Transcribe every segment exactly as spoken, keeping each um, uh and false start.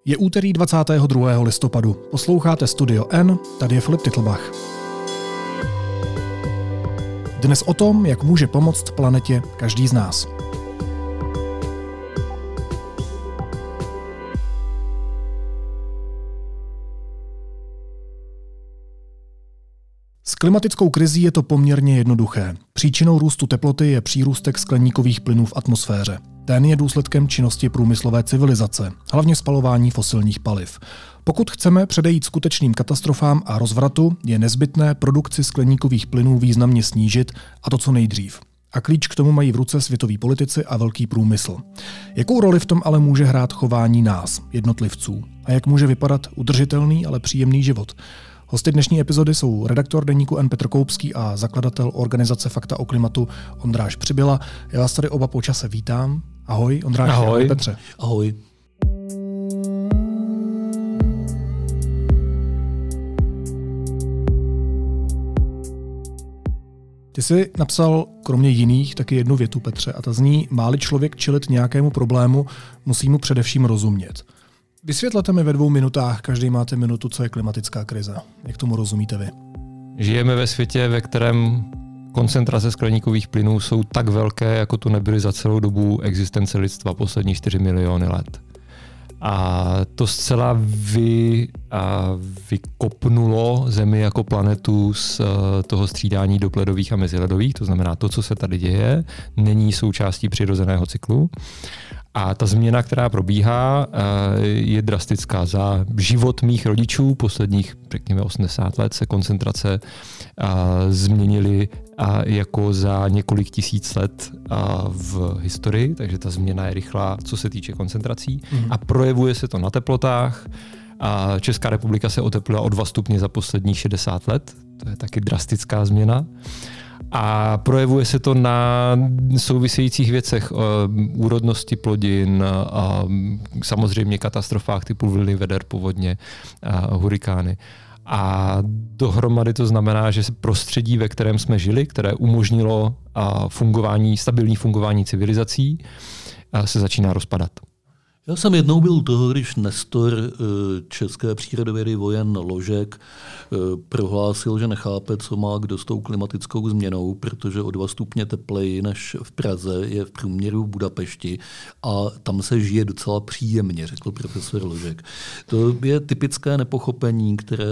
Je úterý dvacátého druhého listopadu. Posloucháte Studio N, tady je Filip Titlbach. Dnes o tom, jak může pomoct planetě každý z nás. S klimatickou krizí je to poměrně jednoduché. Příčinou růstu teploty je přírůstek skleníkových plynů v atmosféře. Ten je důsledkem činnosti průmyslové civilizace, hlavně spalování fosilních paliv. Pokud chceme předejít skutečným katastrofám a rozvratu, je nezbytné produkci skleníkových plynů významně snížit, a to co nejdřív. A klíč k tomu mají v ruce světoví politici a velký průmysl. Jakou roli v tom ale může hrát chování nás, jednotlivců? A jak může vypadat udržitelný, ale příjemný život? Hosty dnešní epizody jsou redaktor deníku N Petr Koupský a zakladatel organizace Fakta o klimatu Ondráš Přibyla. Já vás tady oba po čase vítám. Ahoj, Ondráš. Ahoj. Ahoj, Petře. Ahoj. Ty jsi napsal kromě jiných taky jednu větu, Petře, a ta zní: má-li člověk čelit nějakému problému, musí mu především rozumět. Vysvětlete mi ve dvou minutách, každý máte minutu, co je klimatická krize. Jak tomu rozumíte vy? Žijeme ve světě, ve kterém koncentrace skleníkových plynů jsou tak velké, jako tu nebyly za celou dobu existence lidstva, poslední čtyři miliony let. A to zcela vy, a vykopnulo Zemi jako planetu z toho střídání dopledových a meziledových, to znamená to, co se tady děje, není součástí přirozeného cyklu. A ta změna, která probíhá, je drastická. Za život mých rodičů posledních, řekněme, osmdesát let se koncentrace změnily jako za několik tisíc let v historii, takže ta změna je rychlá, co se týče koncentrací. Mm. A projevuje se to na teplotách. A Česká republika se oteplila o dva stupně za posledních šedesát let. To je taky drastická změna. A projevuje se to na souvisejících věcech, úrodnosti plodin, a samozřejmě katastrofách typu vlny, veder, povodně, a hurikány. A dohromady to znamená, že prostředí, ve kterém jsme žili, které umožnilo fungování, stabilní fungování civilizací, se začíná rozpadat. Já jsem jednou byl u toho, když nestor české přírodovědy Vojen Ložek prohlásil, že nechápe, co má kdo s tou klimatickou změnou, protože o dva stupně tepleji než v Praze je v průměru v Budapešti a tam se žije docela příjemně, řekl profesor Ložek. To je typické nepochopení, které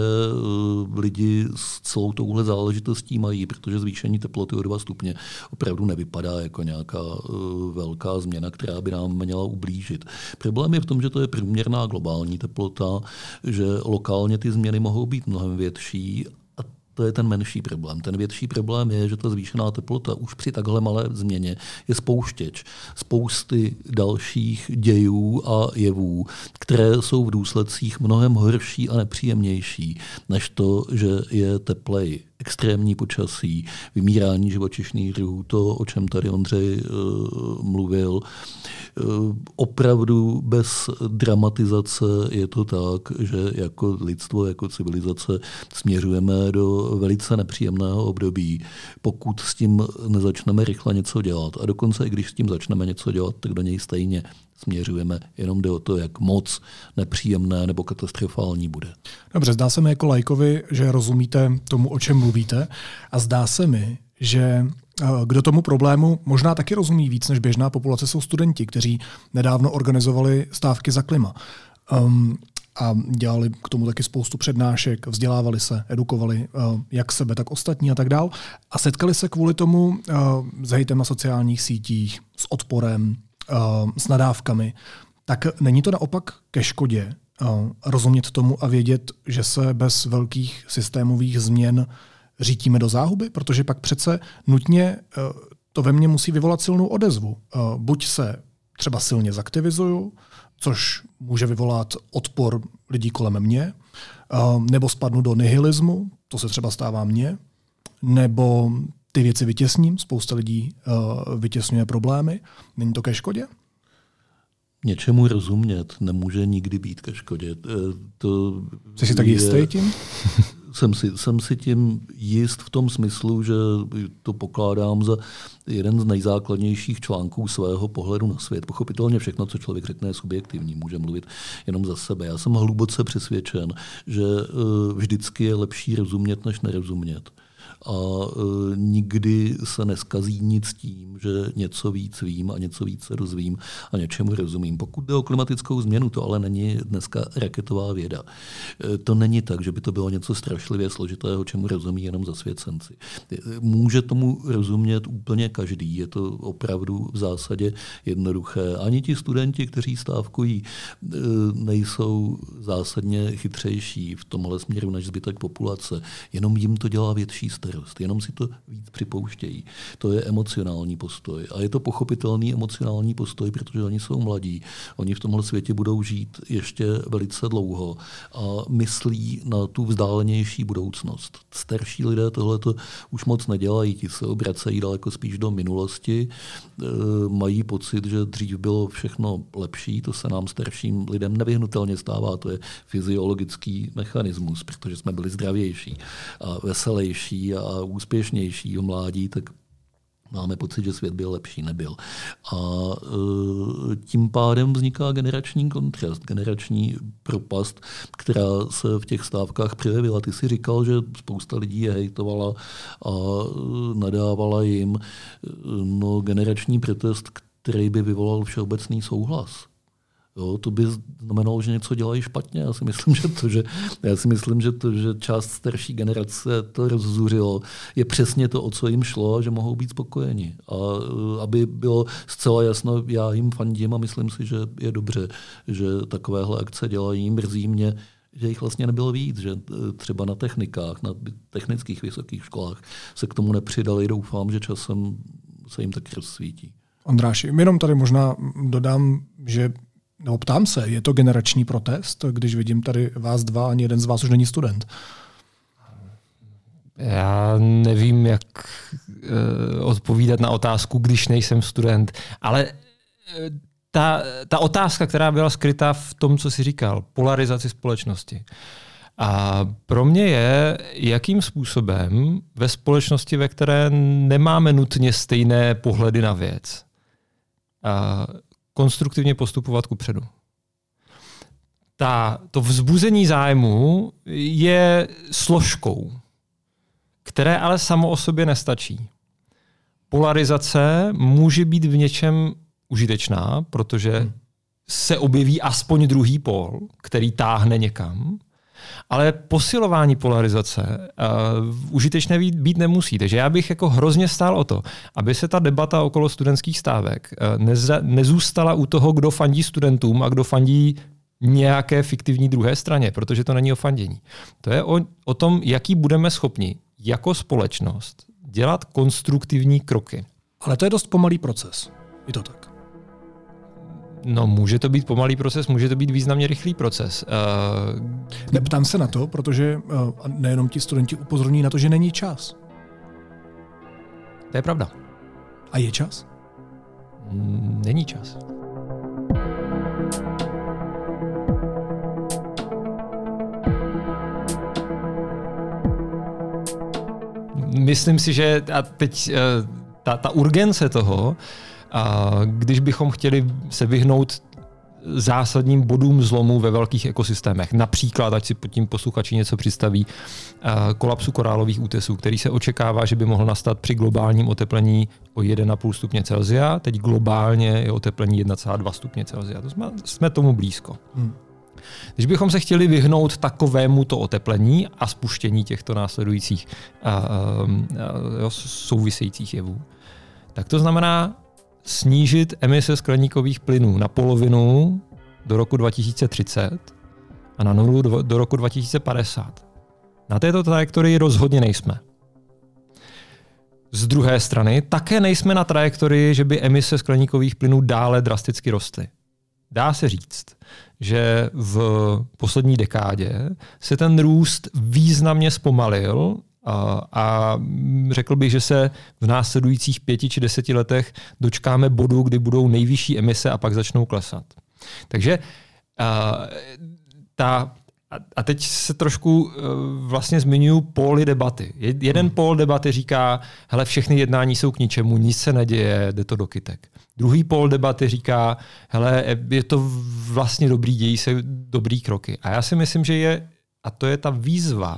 lidi s celou touhle záležitostí mají, protože zvýšení teploty o dva stupně opravdu nevypadá jako nějaká velká změna, která by nám měla ublížit. Problém je v tom, že to je průměrná globální teplota, že lokálně ty změny mohou být mnohem větší a to je ten menší problém. Ten větší problém je, že ta zvýšená teplota už při takhle malé změně je spouštěč spousty dalších dějů a jevů, které jsou v důsledcích mnohem horší a nepříjemnější, než to, že je teplej. Extrémní počasí, vymírání živočišných druhů, to, o čem tady Ondřej uh, mluvil. Uh, opravdu bez dramatizace je to tak, že jako lidstvo, jako civilizace směřujeme do velice nepříjemného období, pokud s tím nezačneme rychle něco dělat. A dokonce, i když s tím začneme něco dělat, tak do něj stejně směřujeme, jenom jde o to, jak moc nepříjemné nebo katastrofální bude. Dobře, zdá se mi jako laikovi, že rozumíte tomu, o čem mluvíte, a zdá se mi, že kdo tomu problému možná taky rozumí víc než běžná populace, jsou studenti, kteří nedávno organizovali stávky za klima. Um, a dělali k tomu taky spoustu přednášek, vzdělávali se, edukovali uh, jak sebe, tak ostatní a tak dál. A setkali se kvůli tomu uh, s hejtem na sociálních sítích, s odporem, uh, s nadávkami. Tak není to naopak ke škodě uh, rozumět tomu a vědět, že se bez velkých systémových změn řítíme do záhuby? Protože pak přece nutně uh, to ve mně musí vyvolat silnou odezvu. Uh, buď se třeba silně zaktivizuju, což může vyvolat odpor lidí kolem mě, nebo spadnu do nihilismu, to se třeba stává mně, nebo ty věci vytěsním, spousta lidí vytěsňuje problémy. Není to ke škodě? Něčemu rozumět nemůže nikdy být ke škodě. To Jsi si tak jistý tím? Jsem si, jsem si tím jist v tom smyslu, že to pokládám za jeden z nejzákladnějších článků svého pohledu na svět. Pochopitelně všechno, co člověk řekne, je subjektivní, může mluvit jenom za sebe. Já jsem hluboce přesvědčen, že vždycky je lepší rozumět, než nerozumět. A e, nikdy se neskazí nic tím, že něco víc vím a něco víc se dozvím a něčemu rozumím. Pokud jde o klimatickou změnu, to ale není dneska raketová věda. E, to není tak, že by to bylo něco strašlivě složitého, čemu rozumí jenom zasvěcenci. E, může tomu rozumět úplně každý. Je to opravdu v zásadě jednoduché. Ani ti studenti, kteří stávkují, e, nejsou zásadně chytřejší v tomhle směru než zbytek populace. Jenom jim to dělá větší starost. Jenom si to víc připouštějí. To je emocionální postoj. A je to pochopitelný emocionální postoj, protože oni jsou mladí. Oni v tomhle světě budou žít ještě velice dlouho a myslí na tu vzdálenější budoucnost. Starší lidé tohleto už moc nedělají. Ti se obracejí daleko spíš do minulosti. E, mají pocit, že dřív bylo všechno lepší. To se nám starším lidem nevyhnutelně stává. To je fyziologický mechanismus, protože jsme byli zdravější a veselější a úspěšnější v mládí, tak máme pocit, že svět byl lepší, nebyl. A e, tím pádem vzniká generační kontrast, generační propast, která se v těch stávkách projevila. Ty si říkal, že spousta lidí je hejtovala a nadávala jim. No, generační protest, který by vyvolal všeobecný souhlas. Jo, to by znamenalo, že něco dělají špatně. Já si myslím, že to, že, já si myslím, že, to, že část starší generace to rozzuřilo, je přesně to, o co jim šlo, a že mohou být spokojeni. A aby bylo zcela jasno, já jim fandím a myslím si, že je dobře, že takovéhle akce dělají. Mrzí mě, že jich vlastně nebylo víc, že třeba na technikách, na technických vysokých školách se k tomu nepřidali. Doufám, že časem se jim taky rozsvítí. Ondráši, jenom tady možná dodám, že nebo ptám se, je to generační protest, když vidím tady vás dva, ani jeden z vás už není student? Já nevím, jak uh, odpovídat na otázku, když nejsem student, ale uh, ta, ta otázka, která byla skrytá v tom, co jsi říkal, polarizaci společnosti. A pro mě je, jakým způsobem ve společnosti, ve které nemáme nutně stejné pohledy na věc, a konstruktivně postupovat kupředu. Ta, to vzbuzení zájmu je složkou, které ale samo o sobě nestačí. Polarizace může být v něčem užitečná, protože hmm. se objeví aspoň druhý pól, který táhne někam, ale posilování polarizace uh, užitečné být, být nemusí. Takže já bych jako hrozně stál o to, aby se ta debata okolo studentských stávek uh, neza, nezůstala u toho, kdo fandí studentům a kdo fandí nějaké fiktivní druhé straně, protože to není o fandění. To je o, o tom, jaký budeme schopni jako společnost dělat konstruktivní kroky. Ale to je dost pomalý proces. Je to tak? No, může to být pomalý proces, může to být významně rychlý proces. Uh... Neptám se na to, protože uh, nejenom ti studenti upozorní na to, že není čas. To je pravda. A je čas? Není čas. Myslím si, že a teď uh, ta, ta urgence toho, a když bychom chtěli se vyhnout zásadním bodům zlomu ve velkých ekosystémech, například, ať si pod tím posluchači něco představí, kolapsu korálových útesů, který se očekává, že by mohl nastat při globálním oteplení o jedna celá pět stupně Celsia, teď globálně je oteplení jedna celá dva stupně Celsia. To jsme, jsme tomu blízko. Hmm. Když bychom se chtěli vyhnout takovému to oteplení a spuštění těchto následujících a, a, a, souvisejících jevů, tak to znamená snížit emise skleníkových plynů na polovinu do roku dva tisíce třicet a na nulu do, do roku dva tisíce padesát. Na této trajektorii rozhodně nejsme. Z druhé strany také nejsme na trajektorii, že by emise skleníkových plynů dále drasticky rostly. Dá se říct, že v poslední dekádě se ten růst významně zpomalil a, a řekl bych, že se v následujících pěti či deseti letech dočkáme bodu, kdy budou nejvyšší emise a pak začnou klesat. Takže a, ta A, a teď se trošku uh, vlastně zmiňuji póly debaty. Jeden hmm. pól debaty říká, hele, všechny jednání jsou k ničemu, nic se neděje, jde to do kytek. Druhý pól debaty říká, hele, je to vlastně dobrý, dějí se dobrý kroky. A já si myslím, že je, a to je ta výzva,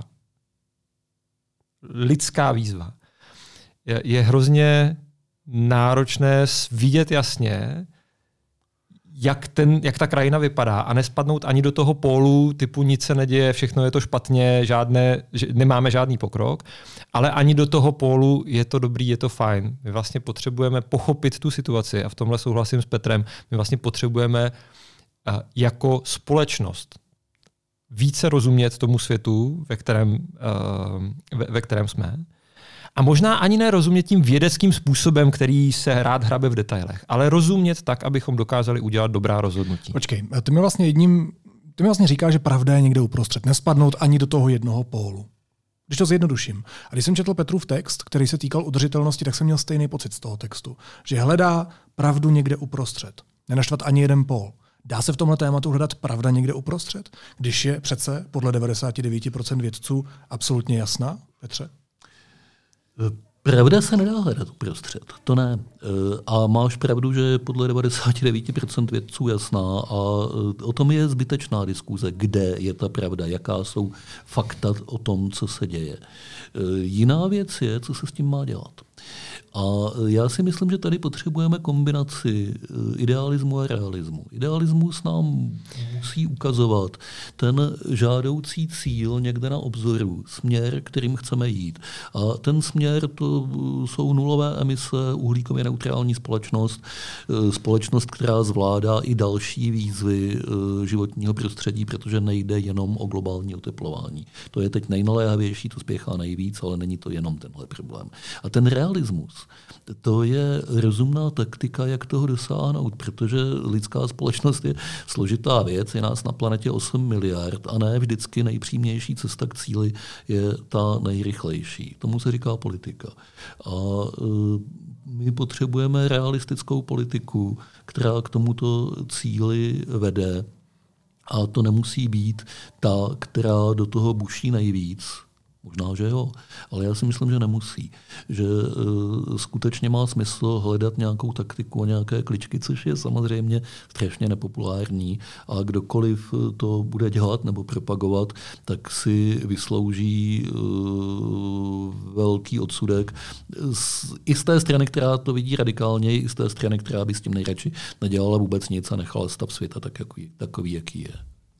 lidská výzva, je, je hrozně náročné vidět jasně, jak, ten, jak ta krajina vypadá a nespadnout ani do toho pólu typu nic se neděje, všechno je to špatně, žádné, nemáme žádný pokrok, ale ani do toho pólu je to dobrý, je to fajn. My vlastně potřebujeme pochopit tu situaci a v tomhle souhlasím s Petrem, my vlastně potřebujeme uh, jako společnost více rozumět tomu světu, ve kterém, uh, ve, ve kterém jsme. A možná ani nerozumět tím vědeckým způsobem, který se rád hrabe v detailech, ale rozumět tak, abychom dokázali udělat dobrá rozhodnutí. Počkej, ty mi vlastně jedním, ty mi vlastně říkáš, že pravda je někde uprostřed, nespadnout ani do toho jednoho pólu. Když to zjednoduším. A když jsem četl Petrův text, který se týkal udržitelnosti, tak jsem měl stejný pocit z toho textu, že hledá pravdu někde uprostřed. Nenaštvat ani jeden pól. Dá se v tomhle tématu hledat pravda někde uprostřed, když je přece podle devadesát devět procent vědců absolutně jasná, Petře? Pravda se nedá hledat uprostřed, to ne. A máš pravdu, že je podle devadesát devět procent vědců jasná a o tom je zbytečná diskuze, kde je ta pravda, jaká jsou fakta o tom, co se děje. Jiná věc je, co se s tím má dělat. A já si myslím, že tady potřebujeme kombinaci idealismu a realismu. Idealismus nám musí ukazovat ten žádoucí cíl někde na obzoru, směr, kterým chceme jít. A ten směr to jsou nulové emise, uhlíkově neutrální společnost, společnost, která zvládá i další výzvy životního prostředí, protože nejde jenom o globální oteplování. To je teď nejnaléhavější, to spěchá nejvíc, ale není to jenom tenhle problém. A ten realismus, to je rozumná taktika, jak toho dosáhnout, protože lidská společnost je složitá věc, je nás na planetě osm miliard a ne vždycky nejpřímější cesta k cíli je ta nejrychlejší. Tomu se říká politika. A my potřebujeme realistickou politiku, která k tomuto cíli vede. A to nemusí být ta, která do toho buší nejvíc. Možná, že jo, ale já si myslím, že nemusí. Že uh, skutečně má smysl hledat nějakou taktiku a nějaké kličky, což je samozřejmě strašně nepopulární a kdokoliv to bude dělat nebo propagovat, tak si vyslouží uh, velký odsudek z, i z té strany, která to vidí radikálně, i z té strany, která by s tím nejradši nedělala vůbec nic a nechala stav světa tak, jaký, takový, jaký je.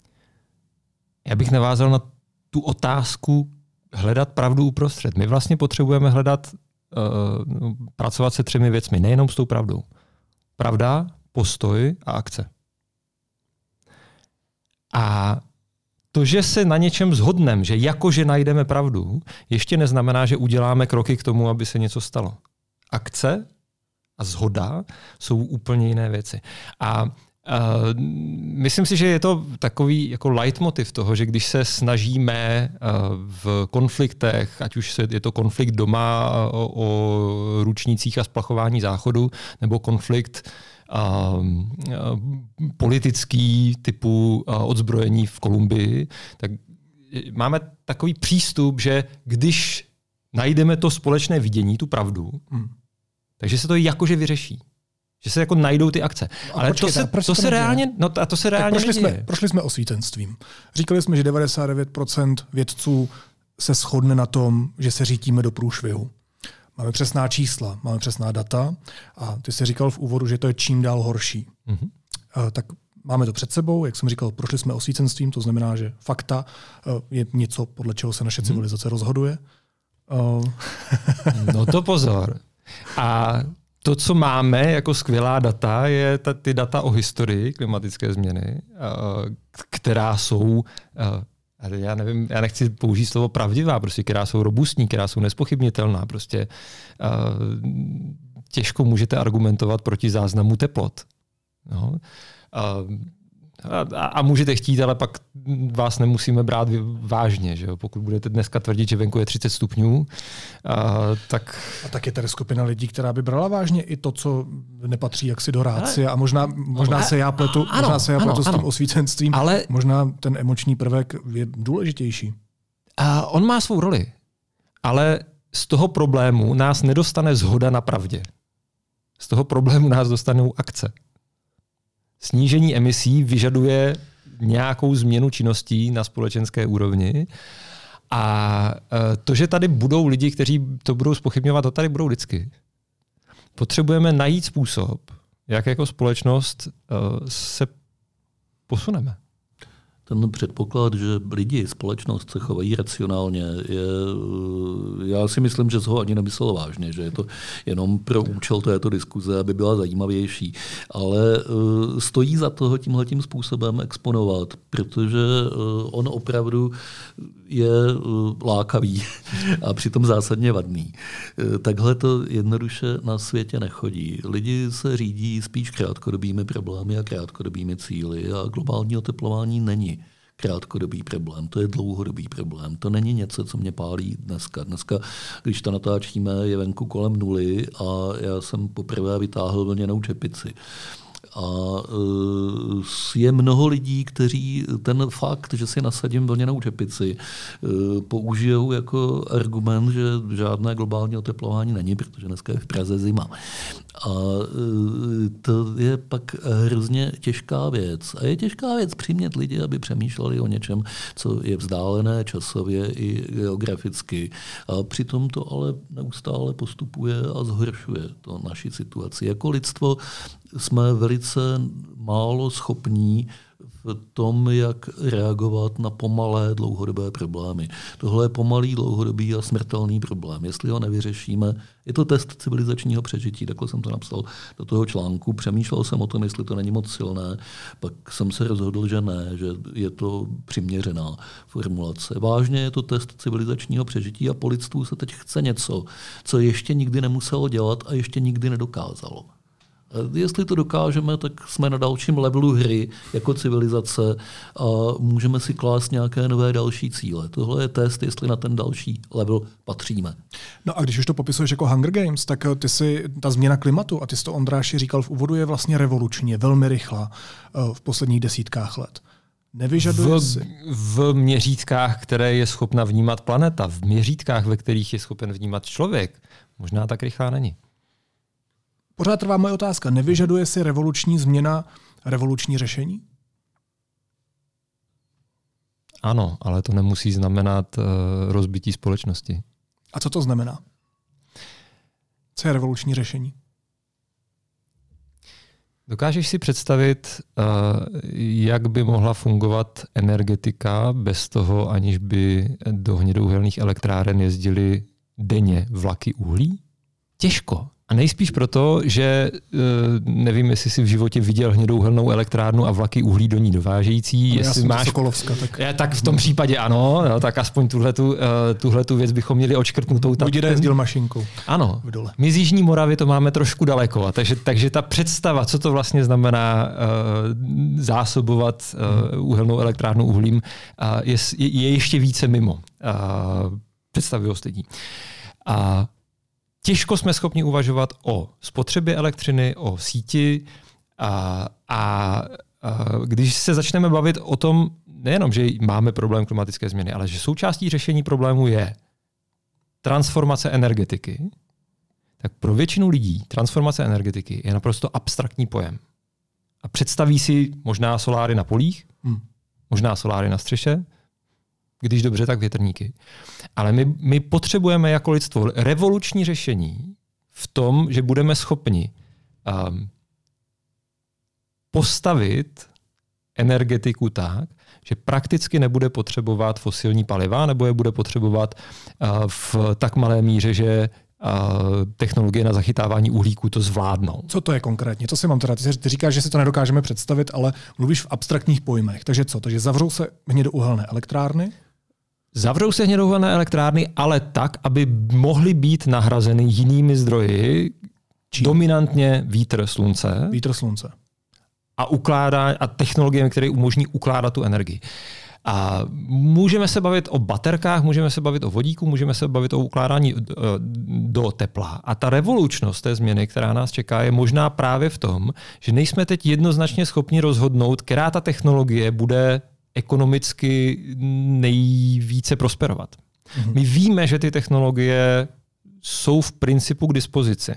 Já bych navázal na tu otázku hledat pravdu uprostřed. My vlastně potřebujeme hledat, uh, pracovat se třemi věcmi, nejenom s tou pravdou. Pravda, postoj a akce. A to, že se na něčem shodneme, že jakože najdeme pravdu, ještě neznamená, že uděláme kroky k tomu, aby se něco stalo. Akce a shoda jsou úplně jiné věci. A Uh, myslím si, že je to takový jako leitmotiv toho, že když se snažíme uh, v konfliktech, ať už je to konflikt doma o, o ručnících a splachování záchodu, nebo konflikt uh, uh, politický typu uh, odzbrojení v Kolumbii, tak máme takový přístup, že když najdeme to společné vidění, tu pravdu, hmm. takže se to jakože vyřeší. Že se jako najdou ty akce. Ale počkejte, to se, to to se reálně, no a to se reálně prošli jsme, prošli jsme osvítenstvím. Říkali jsme, že devadesát devět procent vědců se shodne na tom, že se řítíme do průšvihu. Máme přesná čísla, máme přesná data a ty jsi říkal v úvodu, že to je čím dál horší. Mm-hmm. Uh, tak máme to před sebou, jak jsem říkal, prošli jsme osvítenstvím, to znamená, že fakta uh, je něco, podle čeho se naše civilizace mm-hmm. rozhoduje. Uh. No to pozor. A to, co máme jako skvělá data, je ta, ty data o historii klimatické změny, která jsou, já nevím, já nechci použít slovo pravdivá, prostě, která jsou robustní, která jsou nespochybnitelná. Prostě těžko můžete argumentovat proti záznamu teplot. No. A, a můžete chtít, ale pak vás nemusíme brát vážně. Že jo? Pokud budete dneska tvrdit, že venku je třicet stupňů, a, tak... A tak je tady skupina lidí, která by brala vážně i to, co nepatří jaksi do rácie. A možná, možná ale, se já pletu, ano, možná se já pletu ano, s tím ano. osvícenstvím. Ale možná ten emoční prvek je důležitější. A on má svou roli. Ale z toho problému nás nedostane shoda na pravdě. Z toho problému nás dostanou akce. Snížení emisí vyžaduje nějakou změnu činností na společenské úrovni a to, že tady budou lidi, kteří to budou zpochybňovat, to tady budou vždycky. Potřebujeme najít způsob, jak jako společnost se posuneme. Ten předpoklad, že lidi, společnost se chovají racionálně, je, já si myslím, že ho ani nemyslel vážně, že je to jenom pro účel této diskuze, aby byla zajímavější. Ale stojí za toho tímhletím způsobem exponovat, protože on opravdu je lákavý a přitom zásadně vadný. Takhle to jednoduše na světě nechodí. Lidi se řídí spíš krátkodobými problémy a krátkodobými cíli a globální oteplování není krátkodobý problém, to je dlouhodobý problém. To není něco, co mě pálí dneska. Dneska, když to natáčíme, je venku kolem nuly a já jsem poprvé vytáhl vlněnou čepici. A je mnoho lidí, kteří ten fakt, že si nasadím vlněnou čepici, použijou jako argument, že žádné globální oteplování není, protože dneska je v Praze zima. A to je pak hrozně těžká věc. A je těžká věc přimět lidi, aby přemýšleli o něčem, co je vzdálené časově i geograficky. A přitom to ale neustále postupuje a zhoršuje to naši situaci. Jako lidstvo jsme velice málo schopní v tom, jak reagovat na pomalé dlouhodobé problémy. Tohle je pomalý, dlouhodobý a smrtelný problém. Jestli ho nevyřešíme, je to test civilizačního přežití, takhle jsem to napsal do toho článku. Přemýšlel jsem o tom, jestli to není moc silné, pak jsem se rozhodl, že ne, že je to přiměřená formulace. Vážně je to test civilizačního přežití a po lidstvu se teď chce něco, co ještě nikdy nemuselo dělat a ještě nikdy nedokázalo. Jestli to dokážeme, tak jsme na dalším levelu hry jako civilizace a můžeme si klást nějaké nové další cíle. Tohle je test, jestli na ten další level patříme. No a když už to popisuješ jako Hunger Games, tak ty si ta změna klimatu, a ty jsi to, Ondráši, říkal v úvodu, je vlastně revoluční, je velmi rychlá v posledních desítkách let. Nevyžaduje v, si... v měřítkách, které je schopna vnímat planeta, v měřítkách, ve kterých je schopen vnímat člověk, možná tak rychlá není. Pořád trvá moje otázka. Nevyžaduje si revoluční změna revoluční řešení? Ano, ale to nemusí znamenat uh, rozbití společnosti. A co to znamená? Co je revoluční řešení? Dokážeš si představit, uh, jak by mohla fungovat energetika bez toho, aniž by do hnědouhelných elektráren jezdily denně vlaky uhlí? Těžko. A nejspíš proto, že nevím, jestli jsi v životě viděl hnědouhelnou elektrárnu a vlaky uhlí do ní dovážející. No, jestli já máš... Sokolovska, tak... Já, tak v tom případě ano, no, tak aspoň tuhletu, tuhletu věc bychom měli odškrtnutou. Buď jde jezdil mašinkou. Ano, v dole. My z Jižní Moravy to máme trošku daleko, a takže, takže ta představa, co to vlastně znamená uh, zásobovat uh, uhelnou elektrárnu uhlím, uh, je, je ještě více mimo uh, představivost lidí. A těžko jsme schopni uvažovat o spotřebě elektřiny, o síti a, a, a když se začneme bavit o tom, nejenom, že máme problém klimatické změny, ale že součástí řešení problému je transformace energetiky, tak pro většinu lidí transformace energetiky je naprosto abstraktní pojem. A představí si možná soláry na polích, hmm. možná soláry na střeše, když dobře, tak větrníky. Ale my, my potřebujeme jako lidstvo revoluční řešení v tom, že budeme schopni um, postavit energetiku tak, že prakticky nebude potřebovat fosilní paliva, nebo je bude potřebovat uh, v tak malé míře, že uh, technologie na zachytávání uhlíku to zvládnou. Co to je konkrétně? Co si mám teda? Ty říkáš, že si to nedokážeme představit, ale mluvíš v abstraktních pojmech. Takže co? Takže zavřou se hnědouhelné elektrárny? Zavřou se hnědouhelné elektrárny, ale tak, aby mohly být nahrazeny jinými zdroji, Čím? Dominantně vítr, slunce. Vítr, slunce. a, ukládá, a technologiemi, které umožní ukládat tu energii. A můžeme se bavit o baterkách, můžeme se bavit o vodíku, můžeme se bavit o ukládání do tepla. A ta revolučnost té změny, která nás čeká, je možná právě v tom, že nejsme teď jednoznačně schopni rozhodnout, která ta technologie bude ekonomicky nejvíce prosperovat. Mhm. My víme, že ty technologie jsou v principu k dispozici.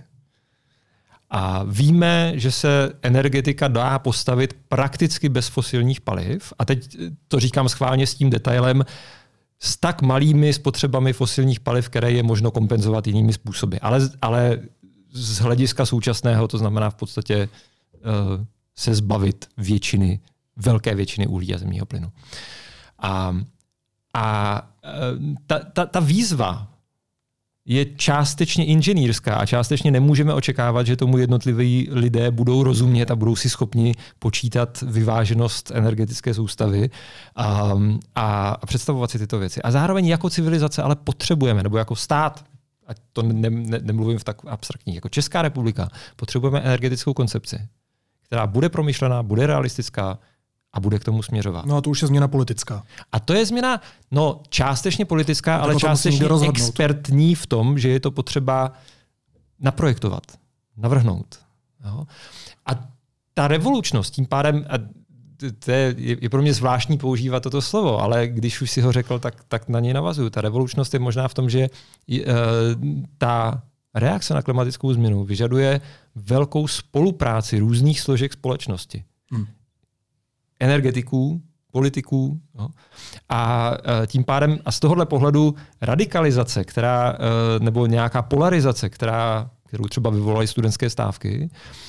A víme, že se energetika dá postavit prakticky bez fosilních paliv. A teď to říkám schválně s tím detailem, s tak malými spotřebami fosilních paliv, které je možno kompenzovat jinými způsoby. Ale, ale z hlediska současného, to znamená v podstatě uh, se zbavit většiny, velké většiny uhlí a zemního plynu. A, a uh, ta, ta, ta výzva je částečně inženýrská a částečně nemůžeme očekávat, že tomu jednotliví lidé budou rozumět a budou si schopni počítat vyváženost energetické soustavy a, a, a představovat si tyto věci. A zároveň jako civilizace ale potřebujeme, nebo jako stát, ať to ne, ne, nemluvím v tak abstraktní, jako Česká republika, potřebujeme energetickou koncepci, která bude promyšlená, bude realistická, a bude k tomu směřovat. No a to už je změna politická. A to je změna no, částečně politická, ale částečně expertní v tom, že je to potřeba naprojektovat, navrhnout. Jo? A ta revolučnost tím pádem, a to je, je pro mě zvláštní používat toto slovo, ale když už si ho řekl, tak, tak na něj navazuju. Ta revolučnost je možná v tom, že uh, ta reakce na klimatickou změnu vyžaduje velkou spolupráci různých složek společnosti. Hmm. Energetiků, politiků. No. A tím pádem, a z tohohle pohledu radikalizace, která, nebo nějaká polarizace, která, kterou třeba vyvolaly studentské stávky,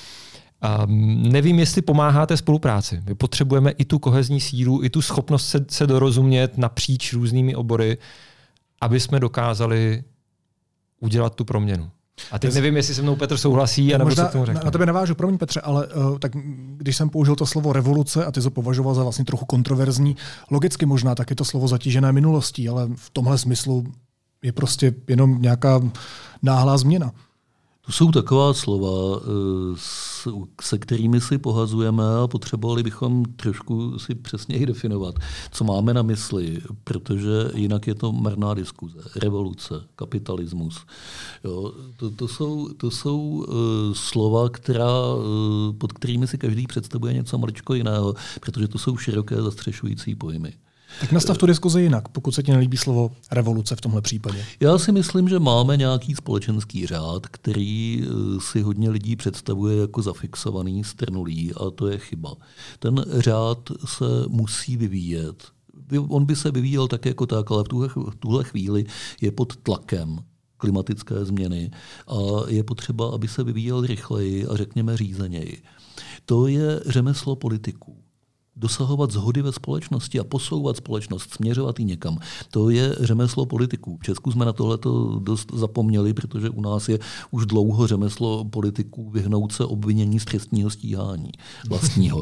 um, nevím, jestli pomáhá té spolupráci. My potřebujeme i tu kohezní sílu, i tu schopnost se, se dorozumět napříč různými obory, aby jsme dokázali udělat tu proměnu. A teď nevím, jestli se mnou Petr souhlasí, anebo možná, co k tomu řekne. Na tebe navážu, promiň Petře, ale uh, tak když jsem použil to slovo revoluce a ty to považoval za vlastně trochu kontroverzní, logicky možná taky to slovo zatížené minulostí, ale v tomhle smyslu je prostě jenom nějaká náhlá změna. To jsou taková slova, se kterými si pohazujeme a potřebovali bychom trošku si přesněji definovat, co máme na mysli, protože jinak je to marná diskuze. Revoluce, kapitalismus. Jo, to, to jsou, to jsou uh, slova, která, uh, pod kterými si každý představuje něco maličko jiného, protože to jsou široké zastřešující pojmy. Tak nastav tu diskuzi jinak, pokud se ti nelíbí slovo revoluce v tomhle případě. Já si myslím, že máme nějaký společenský řád, který si hodně lidí představuje jako zafixovaný, strnulý, a to je chyba. Ten řád se musí vyvíjet. On by se vyvíjel tak jako tak, ale v tuhle, v tuhle chvíli je pod tlakem klimatické změny a je potřeba, aby se vyvíjel rychleji a řekněme řízeněji. To je řemeslo politiků. Dosahovat shody ve společnosti a posouvat společnost, směřovat ji někam. To je řemeslo politiků. V Česku jsme na tohleto dost zapomněli, protože u nás je už dlouho řemeslo politiků vyhnout se obvinění z trestního stíhání vlastního.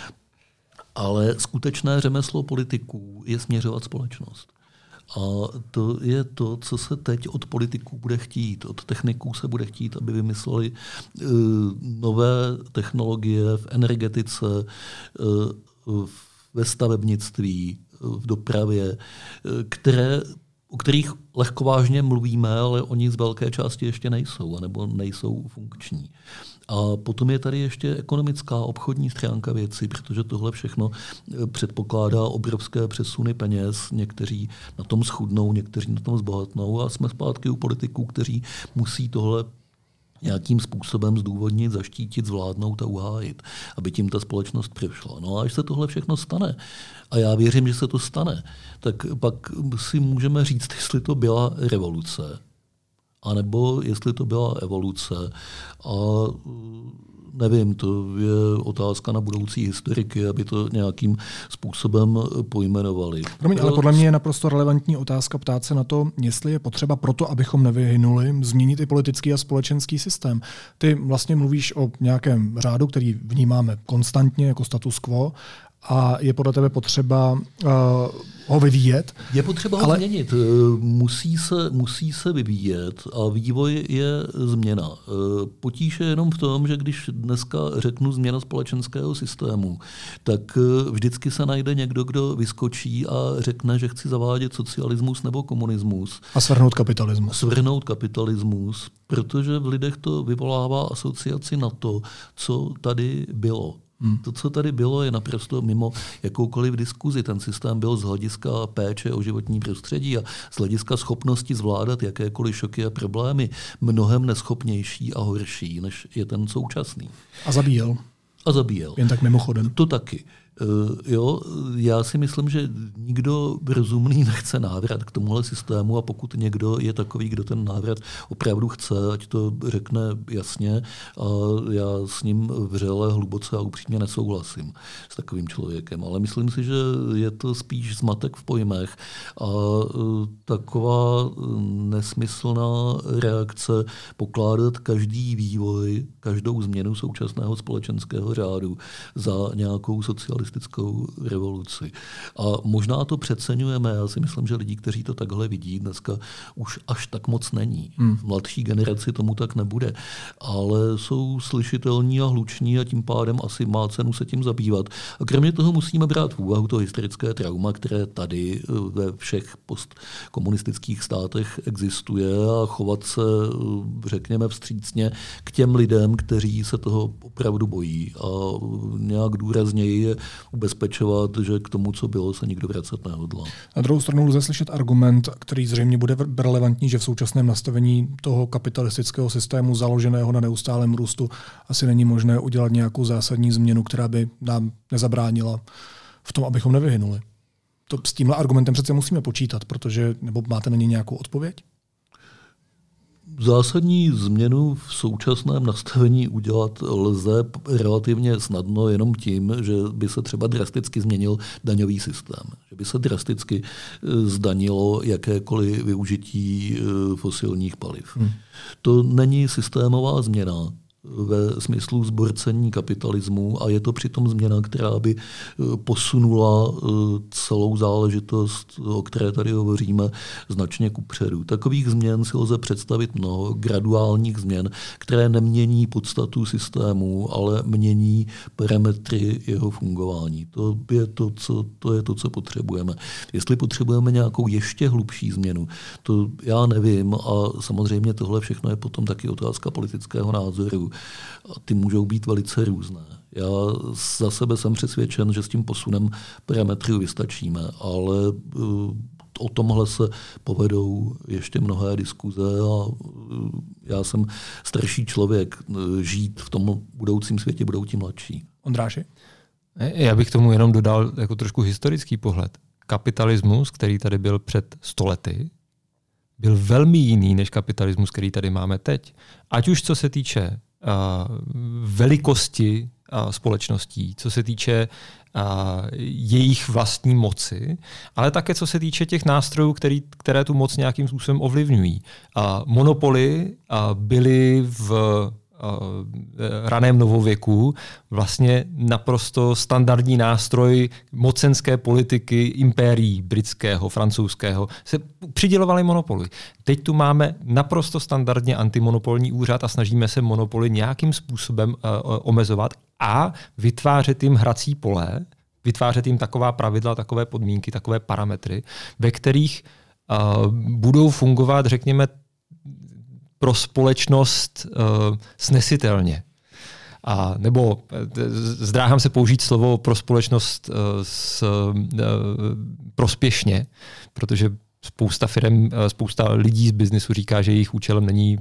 Ale skutečné řemeslo politiků je směřovat společnost. A to je to, co se teď od politiků bude chtít. Od techniků se bude chtít, aby vymysleli uh, nové technologie v energetice, uh, ve stavebnictví, v dopravě, které, o kterých lehkovážně mluvíme, ale oni z velké části ještě nejsou, anebo nejsou funkční. A potom je tady ještě ekonomická, obchodní stránka věci, protože tohle všechno předpokládá obrovské přesuny peněz. Někteří na tom schudnou, někteří na tom zbohatnou a jsme zpátky u politiků, kteří musí tohle nějakým způsobem zdůvodnit, zaštítit, zvládnout a uhájit, aby tím ta společnost přešla. No a až se tohle všechno stane, a já věřím, že se to stane, tak pak si můžeme říct, jestli to byla revoluce, anebo jestli to byla evoluce. A nevím, to je otázka na budoucí historiky, aby to nějakým způsobem pojmenovali. Promiň, ale podle mě je naprosto relevantní otázka ptát se na to, jestli je potřeba proto, abychom nevyhynuli, změnit i politický a společenský systém. Ty vlastně mluvíš o nějakém řádu, který vnímáme konstantně jako status quo, a je podle tebe potřeba uh, ho vyvíjet. Je potřeba ho ale... změnit. Musí se, musí se vyvíjet a vývoj je změna. Potíž je jenom v tom, že když dneska řeknu změna společenského systému, tak vždycky se najde někdo, kdo vyskočí a řekne, že chci zavádět socialismus nebo komunismus. A svrhnout kapitalismus. Svrhnout kapitalismus, protože v lidech to vyvolává asociaci na to, co tady bylo. Hmm. To, co tady bylo, je naprosto mimo jakoukoliv diskuzi. Ten systém byl z hlediska péče o životní prostředí a z hlediska schopnosti zvládat jakékoliv šoky a problémy mnohem neschopnější a horší, než je ten současný. A zabíjel. A zabíjel. Jen tak mimochodem. To taky. Uh, jo, já si myslím, že nikdo rozumný nechce návrat k tomuhle systému a pokud někdo je takový, kdo ten návrat opravdu chce, ať to řekne jasně a já s ním vřele, hluboce a upřímně nesouhlasím s takovým člověkem. Ale myslím si, že je to spíš zmatek v pojmech a uh, taková nesmyslná reakce pokládat každý vývoj, každou změnu současného společenského řádu za nějakou socialistickou revoluci. A možná to přeceňujeme. Já si myslím, že lidi, kteří to takhle vidí, dneska už až tak moc není. V mladší generaci tomu tak nebude. Ale jsou slyšitelní a hluční a tím pádem asi má cenu se tím zabývat. A kromě toho musíme brát v úvahu to historické trauma, které tady ve všech postkomunistických státech existuje a chovat se, řekněme, vstřícně k těm lidem, kteří se toho opravdu bojí a nějak důrazněji ubezpečovat, že k tomu, co bylo, se nikdo vracet nehodlá. Na druhou stranu lze slyšet argument, který zřejmě bude relevantní, že v současném nastavení toho kapitalistického systému založeného na neustálém růstu asi není možné udělat nějakou zásadní změnu, která by nám nezabránila v tom, abychom nevyhynuli. To s tímhle argumentem přece musíme počítat, protože, nebo máte na ně nějakou odpověď? Zásadní změnu v současném nastavení udělat lze relativně snadno jenom tím, že by se třeba drasticky změnil daňový systém. Že by se drasticky zdanilo jakékoliv využití fosilních paliv. Hmm. To není systémová změna ve smyslu zborcení kapitalismu a je to přitom změna, která by posunula celou záležitost, o které tady hovoříme, značně kupředu. Takových změn si lze představit mnoho, graduálních změn, které nemění podstatu systému, ale mění parametry jeho fungování. To je to, co, to je to, co potřebujeme. Jestli potřebujeme nějakou ještě hlubší změnu, to já nevím a samozřejmě tohle všechno je potom taky otázka politického názoru. A ty můžou být velice různé. Já za sebe jsem přesvědčen, že s tím posunem parametrů vystačíme, ale o tomhle se povedou ještě mnohé diskuze a já jsem starší člověk. Žít v tom budoucím světě budou ti mladší. Ondráši? Já bych tomu jenom dodal jako trošku historický pohled. Kapitalismus, který tady byl před sto lety, byl velmi jiný než kapitalismus, který tady máme teď. Ať už co se týče uh, velikosti uh, společností, co se týče uh, jejich vlastní moci, ale také co se týče těch nástrojů, který, které tu moc nějakým způsobem ovlivňují. Uh, monopoly uh, byly v raném novověku vlastně naprosto standardní nástroj mocenské politiky impérií britského, francouzského. Se přidělovaly monopoly. Teď tu máme naprosto standardně antimonopolní úřad a snažíme se monopoly nějakým způsobem uh, omezovat a vytvářet jim hrací pole, vytvářet jim taková pravidla, takové podmínky, takové parametry, ve kterých uh, budou fungovat, řekněme, pro společnost uh, snesitelně. A, nebo zdráhám se použít slovo pro společnost uh, s, uh, prospěšně, protože spousta firem, spousta lidí z biznesu říká, že jejich účelem není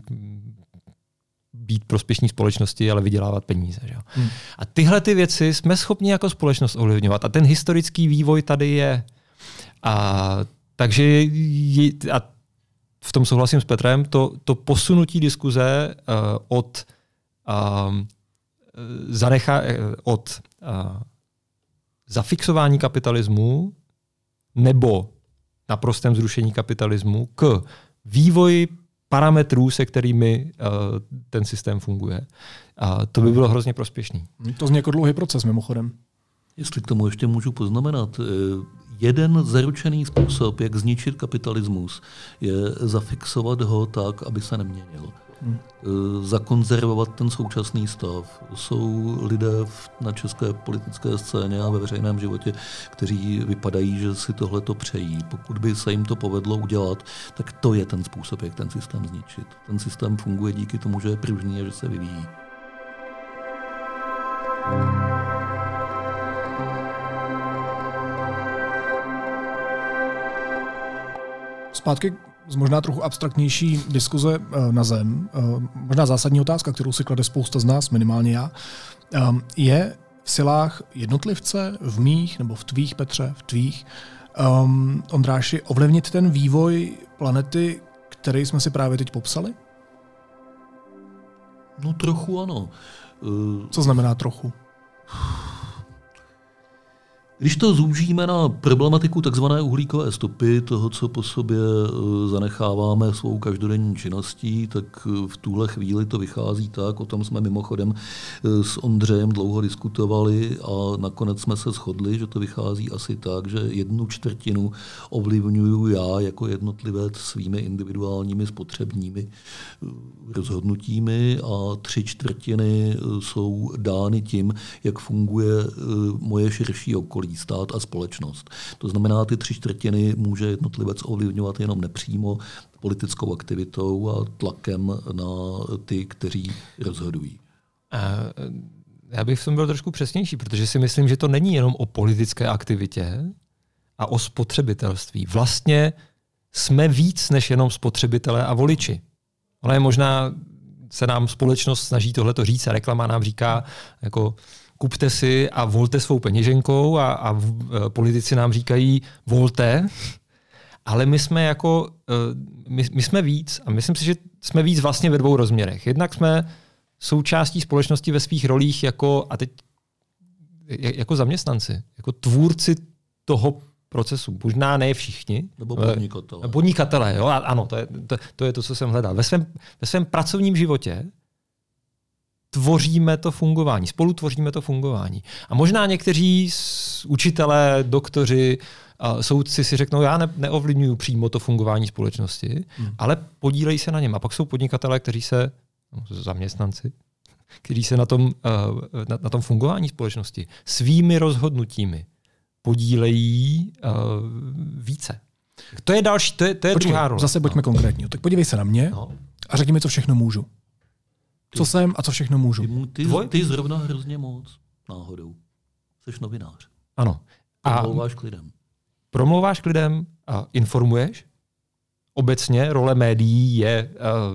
být prospěšní společnosti, ale vydělávat peníze. Že? Hmm. A tyhle ty věci jsme schopni jako společnost ovlivňovat. A ten historický vývoj tady je. A, takže je, a v tom souhlasím s Petrem, to, to posunutí diskuze uh, od, uh, zanecha, od uh, zafixování kapitalismu nebo naprostém zrušení kapitalismu k vývoji parametrů, se kterými uh, ten systém funguje. A to by bylo hrozně prospěšný. To zní jako dlouhý proces mimochodem. Jestli k tomu ještě můžu poznamenat, jeden zaručený způsob, jak zničit kapitalismus, je zafixovat ho tak, aby se neměnil. Hmm. Zakonzervovat ten současný stav. Jsou lidé na české politické scéně a ve veřejném životě, kteří vypadají, že si tohleto přejí. Pokud by se jim to povedlo udělat, tak to je ten způsob, jak ten systém zničit. Ten systém funguje díky tomu, že je pružný a že se vyvíjí. Zpátky z možná trochu abstraktnější diskuze na zem, možná zásadní otázka, kterou si klade spousta z nás, minimálně já, je v silách jednotlivce, v mých nebo v tvých, Petře, v tvých, um, Ondráši, ovlivnit ten vývoj planety, který jsme si právě teď popsali? No trochu ano. Co znamená trochu? Když to zúžíme na problematiku takzvané uhlíkové stopy, toho, co po sobě zanecháváme svou každodenní činností, tak v tuhle chvíli to vychází tak, o tom jsme mimochodem s Ondřejem dlouho diskutovali a nakonec jsme se shodli, že to vychází asi tak, že jednu čtvrtinu ovlivňuju já jako jednotlivec svými individuálními spotřebními rozhodnutími a tři čtvrtiny jsou dány tím, jak funguje moje širší okolí, stát a společnost. To znamená, ty tři čtvrtiny může jednotlivec ovlivňovat jenom nepřímo politickou aktivitou a tlakem na ty, kteří rozhodují. Já bych v tom byl trošku přesnější, protože si myslím, že to není jenom o politické aktivitě a o spotřebitelství. Vlastně jsme víc než jenom spotřebitelé a voliči. Ale možná se nám společnost snaží tohleto říct a reklama nám říká jako kupte si a volte svou peněženkou a, a politici nám říkají volte, ale my jsme jako, my, my jsme víc a myslím si, že jsme víc vlastně ve dvou rozměrech. Jednak jsme součástí společnosti ve svých rolích jako, a teď jako zaměstnanci, jako tvůrci toho procesu. Možná ne všichni. Nebo podnikatelé. Podnikatelé, jo, ano, to je to, to je to, co jsem hledal. Ve svém, ve svém pracovním životě tvoříme to fungování, spolu tvoříme to fungování. A možná někteří učitelé, doktoři, soudci si řeknou, já ne, neovlivňuji přímo to fungování společnosti, hmm. ale podílejí se na něm. A pak jsou podnikatelé, kteří se, no, zaměstnanci, kteří se na tom, na, na tom fungování společnosti svými rozhodnutími podílejí uh, více. To je další, to je, to je Počkej, druhá role. Zase buďme no. konkrétní. Tak podívej se na mě no. a řekni mi, co všechno můžu. Co jsem a co všechno můžu. Ty, ty, ty zrovna hrozně moc náhodou. Jsi novinář. Ano. A promlouváš k lidem. Promlouváš k lidem a informuješ. Obecně role médií je,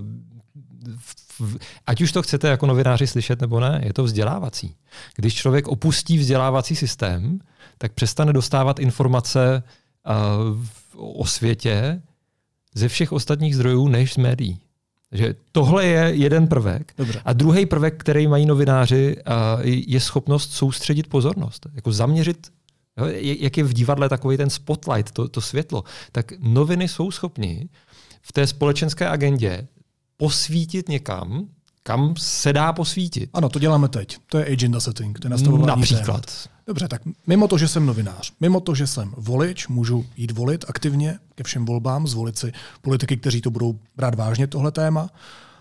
uh, v, v, ať už to chcete jako novináři slyšet nebo ne, je to vzdělávací. Když člověk opustí vzdělávací systém, tak přestane dostávat informace uh, o světě ze všech ostatních zdrojů než z médií. Takže tohle je jeden prvek. Dobře. A druhý prvek, který mají novináři, je schopnost soustředit pozornost. Jako zaměřit, jak je v divadle takový ten spotlight, to, to světlo. Tak noviny jsou schopni v té společenské agendě posvítit někam, kam se dá posvítit. Ano, to děláme teď. To je agenda setting. To je nastavování například. Témat. Dobře, tak mimo to, že jsem novinář, mimo to, že jsem volič, můžu jít volit aktivně ke všem volbám, zvolit si politiky, kteří to budou brát vážně, tohle téma.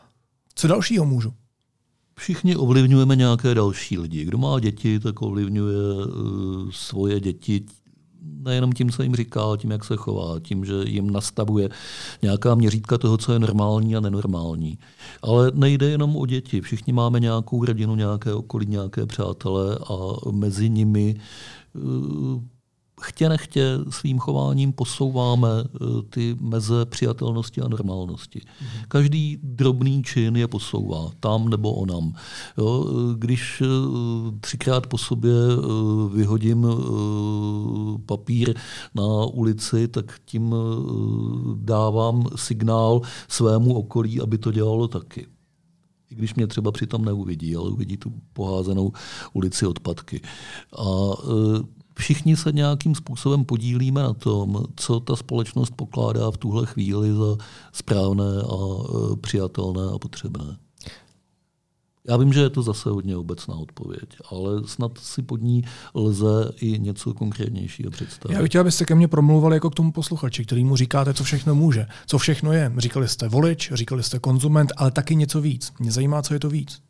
Co dalšího můžu? Všichni ovlivňujeme nějaké další lidi. Kdo má děti, tak ovlivňuje uh, svoje děti nejenom tím, co jim říká, tím, jak se chová, tím, že jim nastavuje nějaká měřítka toho, co je normální a nenormální. Ale nejde jenom o děti. Všichni máme nějakou rodinu, nějaké okolí, nějaké přátelé a mezi nimi uh, chtě nechtě svým chováním posouváme ty meze přijatelnosti a normálnosti. Mm-hmm. Každý drobný čin je posouvá, tam nebo onam. Jo, když třikrát po sobě vyhodím papír na ulici, tak tím dávám signál svému okolí, aby to dělalo taky. I když mě třeba přitom neuvidí, ale uvidí tu poházenou ulici odpadky. A všichni se nějakým způsobem podílíme na tom, co ta společnost pokládá v tuhle chvíli za správné a přijatelné a potřebné. Já vím, že je to zase hodně obecná odpověď, ale snad si pod ní lze i něco konkrétnějšího představit. Já bych chtěl, abyste ke mně promluvali jako k tomu posluchači, který mu říkáte, co všechno může, co všechno je. Říkali jste volič, říkali jste konzument, ale taky něco víc. Mě zajímá, co je to víc.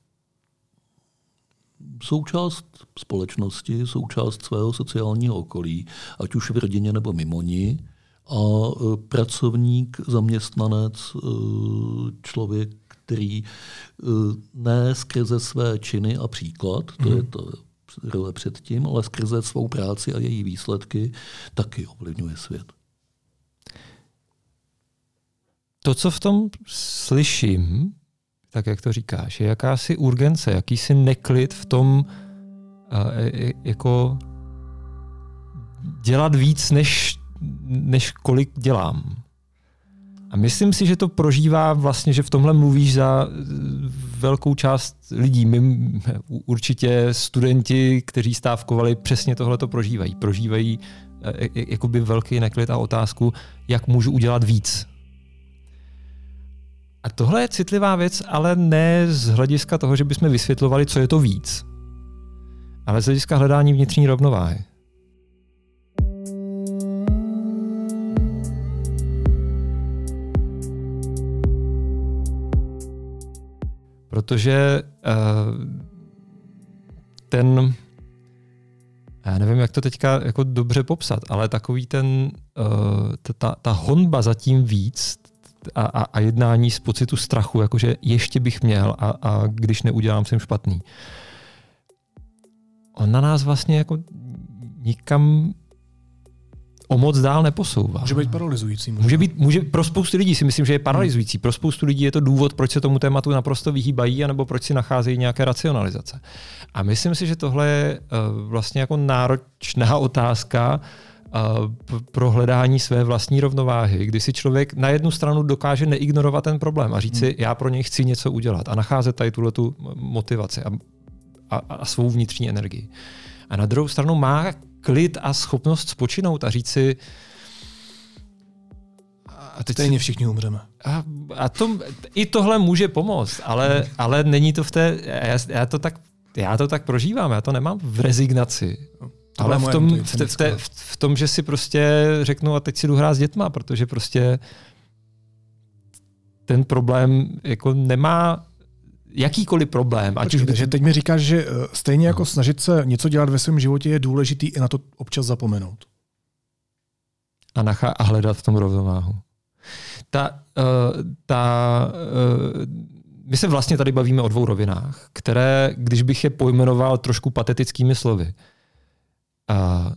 Součást společnosti, součást svého sociálního okolí, ať už v rodině nebo mimo ní, a pracovník, zaměstnanec, člověk, který ne skrze své činy a příklad, to je to role předtím, ale skrze svou práci a její výsledky taky ovlivňuje svět. To, co v tom slyším, tak jak to říkáš, je jakási urgence, jakýsi neklid v tom jako dělat víc, než, než kolik dělám. A myslím si, že to prožívá vlastně, že v tomhle mluvíš za velkou část lidí. My, určitě studenti, kteří stávkovali, přesně tohle to prožívají. Prožívají jakoby velký neklid a otázku, jak můžu udělat víc. A tohle je citlivá věc, ale ne z hlediska toho, že bychom vysvětlovali, co je to víc, ale z hlediska hledání vnitřní rovnováhy. Protože uh, ten, já nevím, jak to teďka jako dobře popsat, ale takový ten, uh, ta, ta honba za tím víc a, a, a jednání z pocitu strachu, jakože ještě bych měl a, a když neudělám, jsem špatný. On na nás vlastně jako nikam o moc dál neposouvá. Může být paralyzující. Možná. Může být, může, pro spoustu lidí si myslím, že je paralyzující. Pro spoustu lidí je to důvod, proč se tomu tématu naprosto vyhýbají, anebo proč si nacházejí nějaké racionalizace. A myslím si, že tohle je uh, vlastně jako náročná otázka uh, pro hledání své vlastní rovnováhy, kdy si člověk na jednu stranu dokáže neignorovat ten problém a říct si, hmm. já pro něj chci něco udělat a nacházet tady tuhletu motivaci a, a, a svou vnitřní energii. A na druhou stranu má klid a schopnost spočinout a říct si, a teď stejně všichni umřeme. A, a to, i tohle může pomoct, ale, ale není to v té, já, já, to tak, já to tak prožívám, já to nemám v rezignaci, to ale v tom, v, te, v, te, v tom, že si prostě řeknu a teď si jdu hrát s dětma, protože prostě ten problém jako nemá jakýkoliv problém. Ať už by... že teď mi říkáš, že stejně jako snažit se něco dělat ve svém životě je důležitý i na to občas zapomenout. A, nachá- a hledat v tom rovnováhu. Ta, uh, ta, uh, my se vlastně tady bavíme o dvou rovinách, které, když bych je pojmenoval trošku patetickými slovy, uh,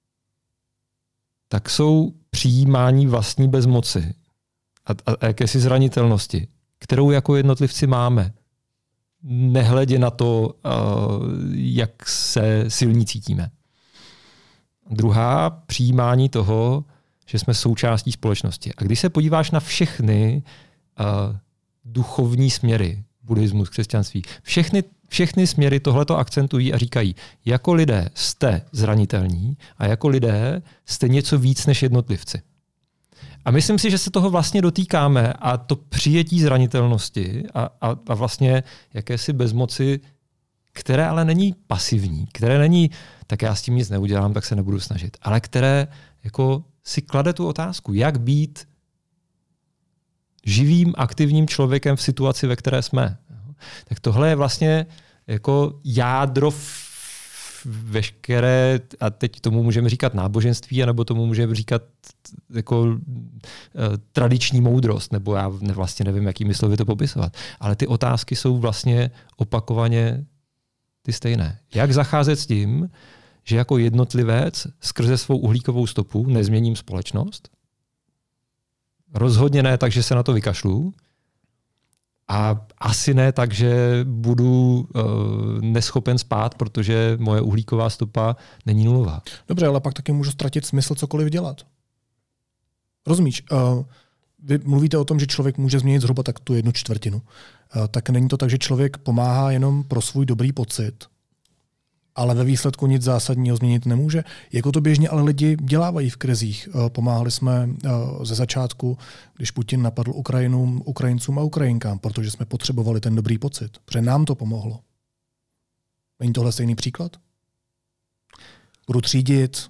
tak jsou přijímání vlastní bezmoci a, a, a jakési zranitelnosti, kterou jako jednotlivci máme. Nehledě na to, jak se silní cítíme. Druhá, přijímání toho, že jsme součástí společnosti. A když se podíváš na všechny duchovní směry, buddhismus, křesťanství, všechny, všechny směry tohleto akcentují a říkají, jako lidé jste zranitelní a jako lidé jste něco víc než jednotlivci. A myslím si, že se toho vlastně dotýkáme a to přijetí zranitelnosti a, a, a vlastně jakési bezmoci, které ale není pasivní, které není, tak já s tím nic neudělám, tak se nebudu snažit, ale které jako si klade tu otázku, jak být živým, aktivním člověkem v situaci, ve které jsme. Tak tohle je vlastně jako jádro veškeré, a teď tomu můžeme říkat náboženství, anebo tomu můžeme říkat jako uh, tradiční moudrost, nebo já ne, vlastně nevím, jakými slovy to popisovat. Ale ty otázky jsou vlastně opakovaně ty stejné. Jak zacházet s tím, že jako jednotlivec skrze svou uhlíkovou stopu nezměním společnost? Rozhodně ne tak, že se na to vykašlu. A asi ne tak, že budu uh, neschopen spát, protože moje uhlíková stopa není nulová. Dobře, ale pak taky můžu ztratit smysl cokoliv dělat. Rozumíš? Uh, vy mluvíte o tom, že člověk může změnit zhruba tak tu jednu čtvrtinu. Uh, tak není to tak, že člověk pomáhá jenom pro svůj dobrý pocit ale ve výsledku nic zásadního změnit nemůže. Jako to běžně ale lidi dělávají v krizích. Pomáhali jsme ze začátku, když Putin napadl Ukrajinu, Ukrajincům a Ukrajinkám, protože jsme potřebovali ten dobrý pocit, protože nám to pomohlo. Není tohle stejný příklad? Budu třídit,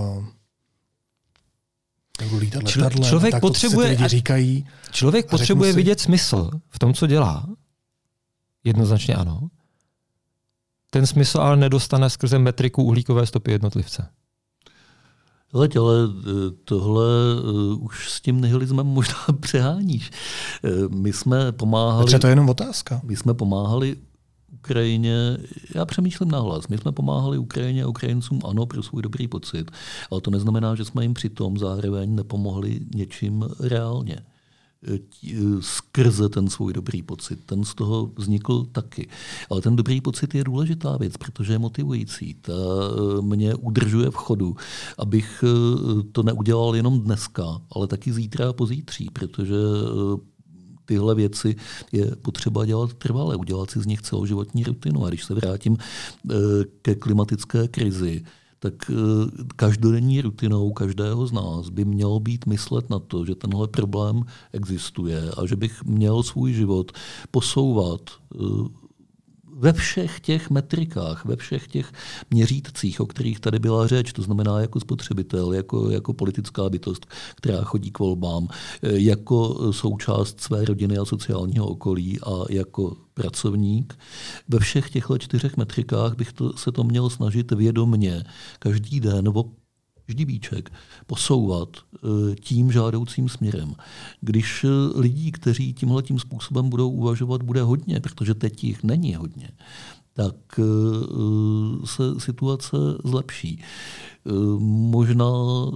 budu lítat letadlem, člověk tak potřebuje, to lidi říkají. Člověk potřebuje si, vidět smysl v tom, co dělá. Jednoznačně ano. Ten smysl ale nedostane skrze metriku uhlíkové stopy jednotlivce. Leď, ale tohle už s tím nihilismem možná přeháníš. My jsme pomáhali... Protože to je jenom otázka. My jsme pomáhali Ukrajině, já přemýšlím nahlas, my jsme pomáhali Ukrajině a Ukrajincům ano pro svůj dobrý pocit, ale to neznamená, že jsme jim přitom zároveň nepomohli něčím reálně. Skrze ten svůj dobrý pocit. Ten z toho vznikl taky. Ale ten dobrý pocit je důležitá věc, protože je motivující. Ta mě udržuje v chodu, abych to neudělal jenom dneska, ale taky zítra a pozítří, protože tyhle věci je potřeba dělat trvale, udělat si z nich celoživotní rutinu. A když se vrátím ke klimatické krizi, tak každodenní rutinou každého z nás by mělo být myslet na to, že tenhle problém existuje a že bych měl svůj život posouvat ve všech těch metrikách, ve všech těch měřítcích, o kterých tady byla řeč, to znamená jako spotřebitel, jako, jako politická bytost, která chodí k volbám, jako součást své rodiny a sociálního okolí a jako pracovník. Ve všech těchto čtyřech metrikách bych to, se to měl snažit vědomně každý den nebo ždibíček posouvat tím žádoucím směrem. Když lidí, kteří tímhletím způsobem budou uvažovat, bude hodně, protože teď jich není hodně, tak se situace zlepší. Možná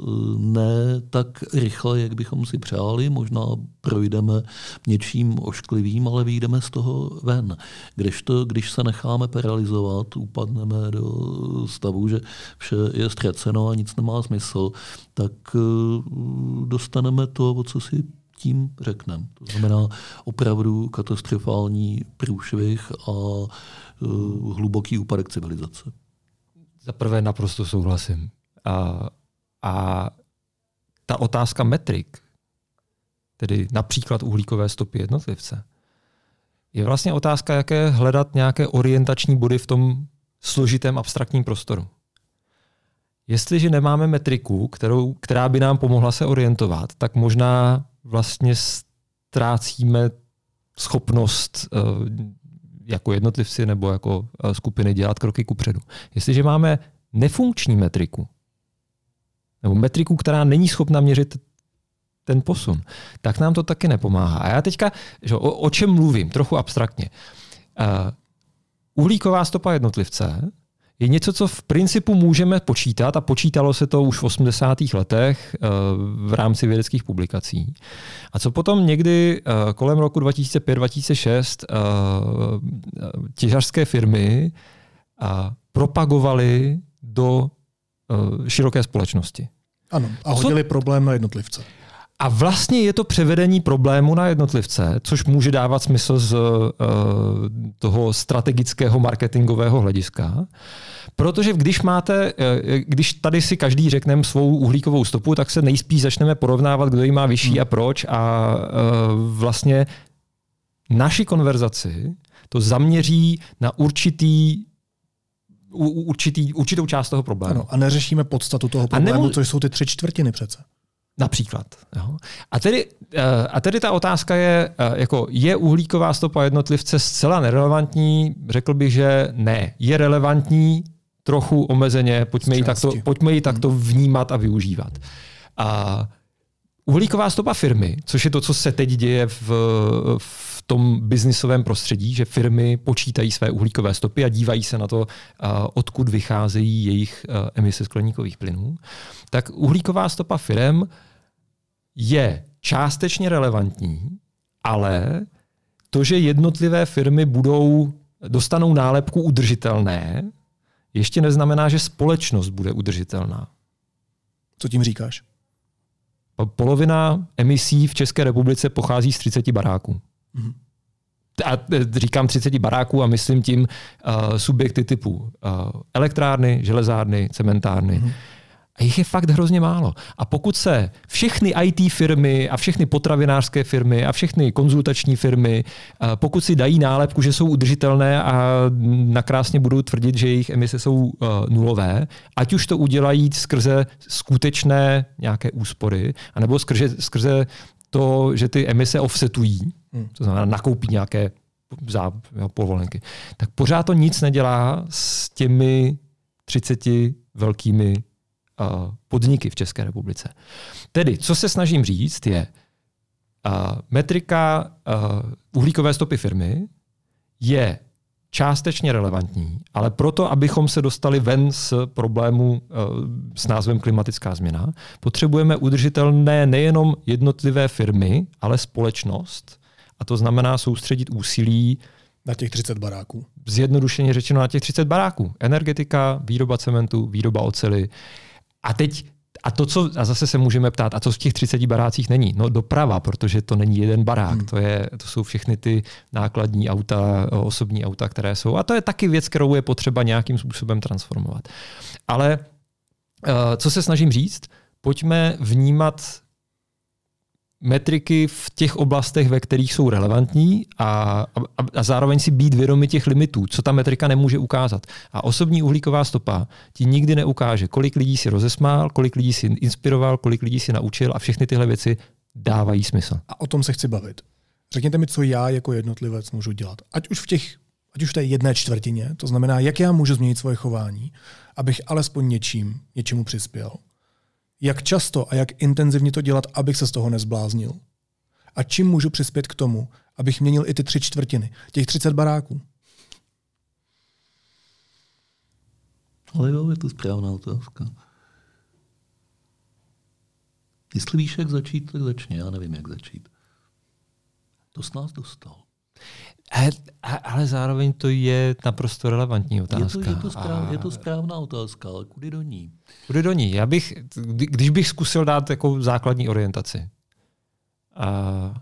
ne tak rychle, jak bychom si přáli, možná projdeme něčím ošklivým, ale vyjdeme z toho ven. Kdežto, když se necháme paralizovat, upadneme do stavu, že vše je ztraceno a nic nemá smysl, tak dostaneme to, o co si tím řekneme. To znamená opravdu katastrofální průšvih a hluboký úpadek civilizace. Za prvé naprosto souhlasím. A, a ta otázka metrik, tedy například uhlíkové stopy jednotlivce, je vlastně otázka, jaké hledat nějaké orientační body v tom složitém abstraktním prostoru. Jestliže nemáme metriku, kterou, která by nám pomohla se orientovat, tak možná vlastně ztrácíme schopnost jako jednotlivci nebo jako skupiny dělat kroky kupředu. Jestliže máme nefunkční metriku, nebo metriku, která není schopna měřit ten posun, tak nám to taky nepomáhá. A já teďka, že, o, o čem mluvím, trochu abstraktně. Uh, uhlíková stopa jednotlivce je něco, co v principu můžeme počítat a počítalo se to už v osmdesátých letech uh, v rámci vědeckých publikací. A co potom někdy uh, kolem roku dva tisíce pět dva tisíce šest uh, těžařské firmy uh, propagovaly do uh, široké společnosti. Ano, a hodili co? problém na jednotlivce. A vlastně je to převedení problému na jednotlivce, což může dávat smysl z uh, toho strategického marketingového hlediska. Protože když máte, když tady si každý řekneme svou uhlíkovou stopu, tak se nejspíš začneme porovnávat, kdo ji má vyšší hmm. a proč. A uh, vlastně naši konverzaci to zaměří na určitý Určitý, určitou část toho problému. Ano, a neřešíme podstatu toho problému, nebo, což jsou ty tři čtvrtiny přece. Například. Jo. A, tedy, a tedy ta otázka je, jako je uhlíková stopa jednotlivce zcela nerelevantní? Řekl bych, že ne. Je relevantní, trochu omezeně, pojďme ji takto, pojďme ji takto vnímat a využívat. A uhlíková stopa firmy, což je to, co se teď děje v, v tom biznisovém prostředí, že firmy počítají své uhlíkové stopy a dívají se na to, odkud vycházejí jejich emise skleníkových plynů, tak uhlíková stopa firem je částečně relevantní, ale to, že jednotlivé firmy budou, dostanou nálepku udržitelné, ještě neznamená, že společnost bude udržitelná. Co tím říkáš? Polovina emisí v České republice pochází z třiceti baráků. Mm-hmm. a říkám třicet baráků a myslím tím uh, subjekty typu uh, elektrárny, železárny, cementárny. Mm. A jich je fakt hrozně málo. A pokud se všechny í té firmy a všechny potravinářské firmy a všechny konzultační firmy, pokud si dají nálepku, že jsou udržitelné a nakrásně budou tvrdit, že jejich emise jsou nulové, ať už to udělají skrze skutečné nějaké úspory, anebo skrze, skrze to, že ty emise offsetují, hmm. to znamená nakoupí nějaké zá, povolenky, tak pořád to nic nedělá s těmi třiceti velkými podniky v České republice. Tedy, co se snažím říct, je uh, metrika uh, uhlíkové stopy firmy je částečně relevantní, ale proto, abychom se dostali ven z problému uh, s názvem klimatická změna, potřebujeme udržitelné nejenom jednotlivé firmy, ale společnost. A to znamená soustředit úsilí na těch třicet baráků. Zjednodušeně řečeno na těch třicet baráků. Energetika, výroba cementu, výroba oceli. A teď, a to, co, a zase se můžeme ptát, a co v těch třiceti barácích není? No doprava, protože to není jeden barák, hmm. to, je, to jsou všechny ty nákladní auta, osobní auta, které jsou. A to je taky věc, kterou je potřeba nějakým způsobem transformovat. Ale co se snažím říct? Pojďme vnímat metriky v těch oblastech, ve kterých jsou relevantní a, a, a zároveň si být vědomi těch limitů, co ta metrika nemůže ukázat. A osobní uhlíková stopa ti nikdy neukáže, kolik lidí si rozesmál, kolik lidí si inspiroval, kolik lidí si naučil a všechny tyhle věci dávají smysl. A o tom se chci bavit. Řekněte mi, co já jako jednotlivec můžu dělat. Ať už v těch, ať už v té jedné čtvrtině, to znamená, jak já můžu změnit svoje chování, abych alespoň něčím, něčemu přispěl. Jak často a jak intenzivně to dělat, abych se z toho nezbláznil. A čím můžu přispět k tomu, abych měnil i ty tři čtvrtiny, těch třicet baráků. Ale jo, je to správná otázka. Jestli víš, jak začít, tak začni. Já nevím, jak začít. To s nás dostal. Ale, ale zároveň to je naprosto relevantní otázka. Je to, je to, správ, a... je to správná otázka, ale kudy do ní? Kudy do ní? Já bych, když bych zkusil dát jako základní orientaci. A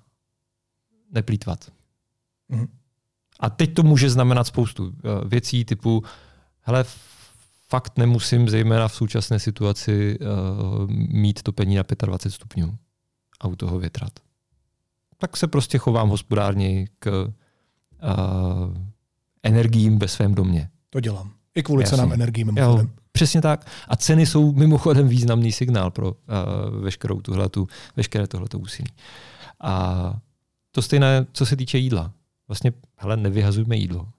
neplýtvat. Mm. A teď to může znamenat spoustu věcí typu, hele, fakt nemusím, zejména v současné situaci, mít topení na dvacet pět stupňů a u toho větrat. Tak se prostě chovám hospodárněji k Uh, energiím ve svém domě. To dělám. I kvůli Jasně. cenám energií mimochodem. Jo, přesně tak. A ceny jsou mimochodem významný signál pro uh, veškerou tuhletu, veškeré tohleto úsilí. A to stejné, co se týče jídla. Vlastně, hele, nevyhazujme jídlo.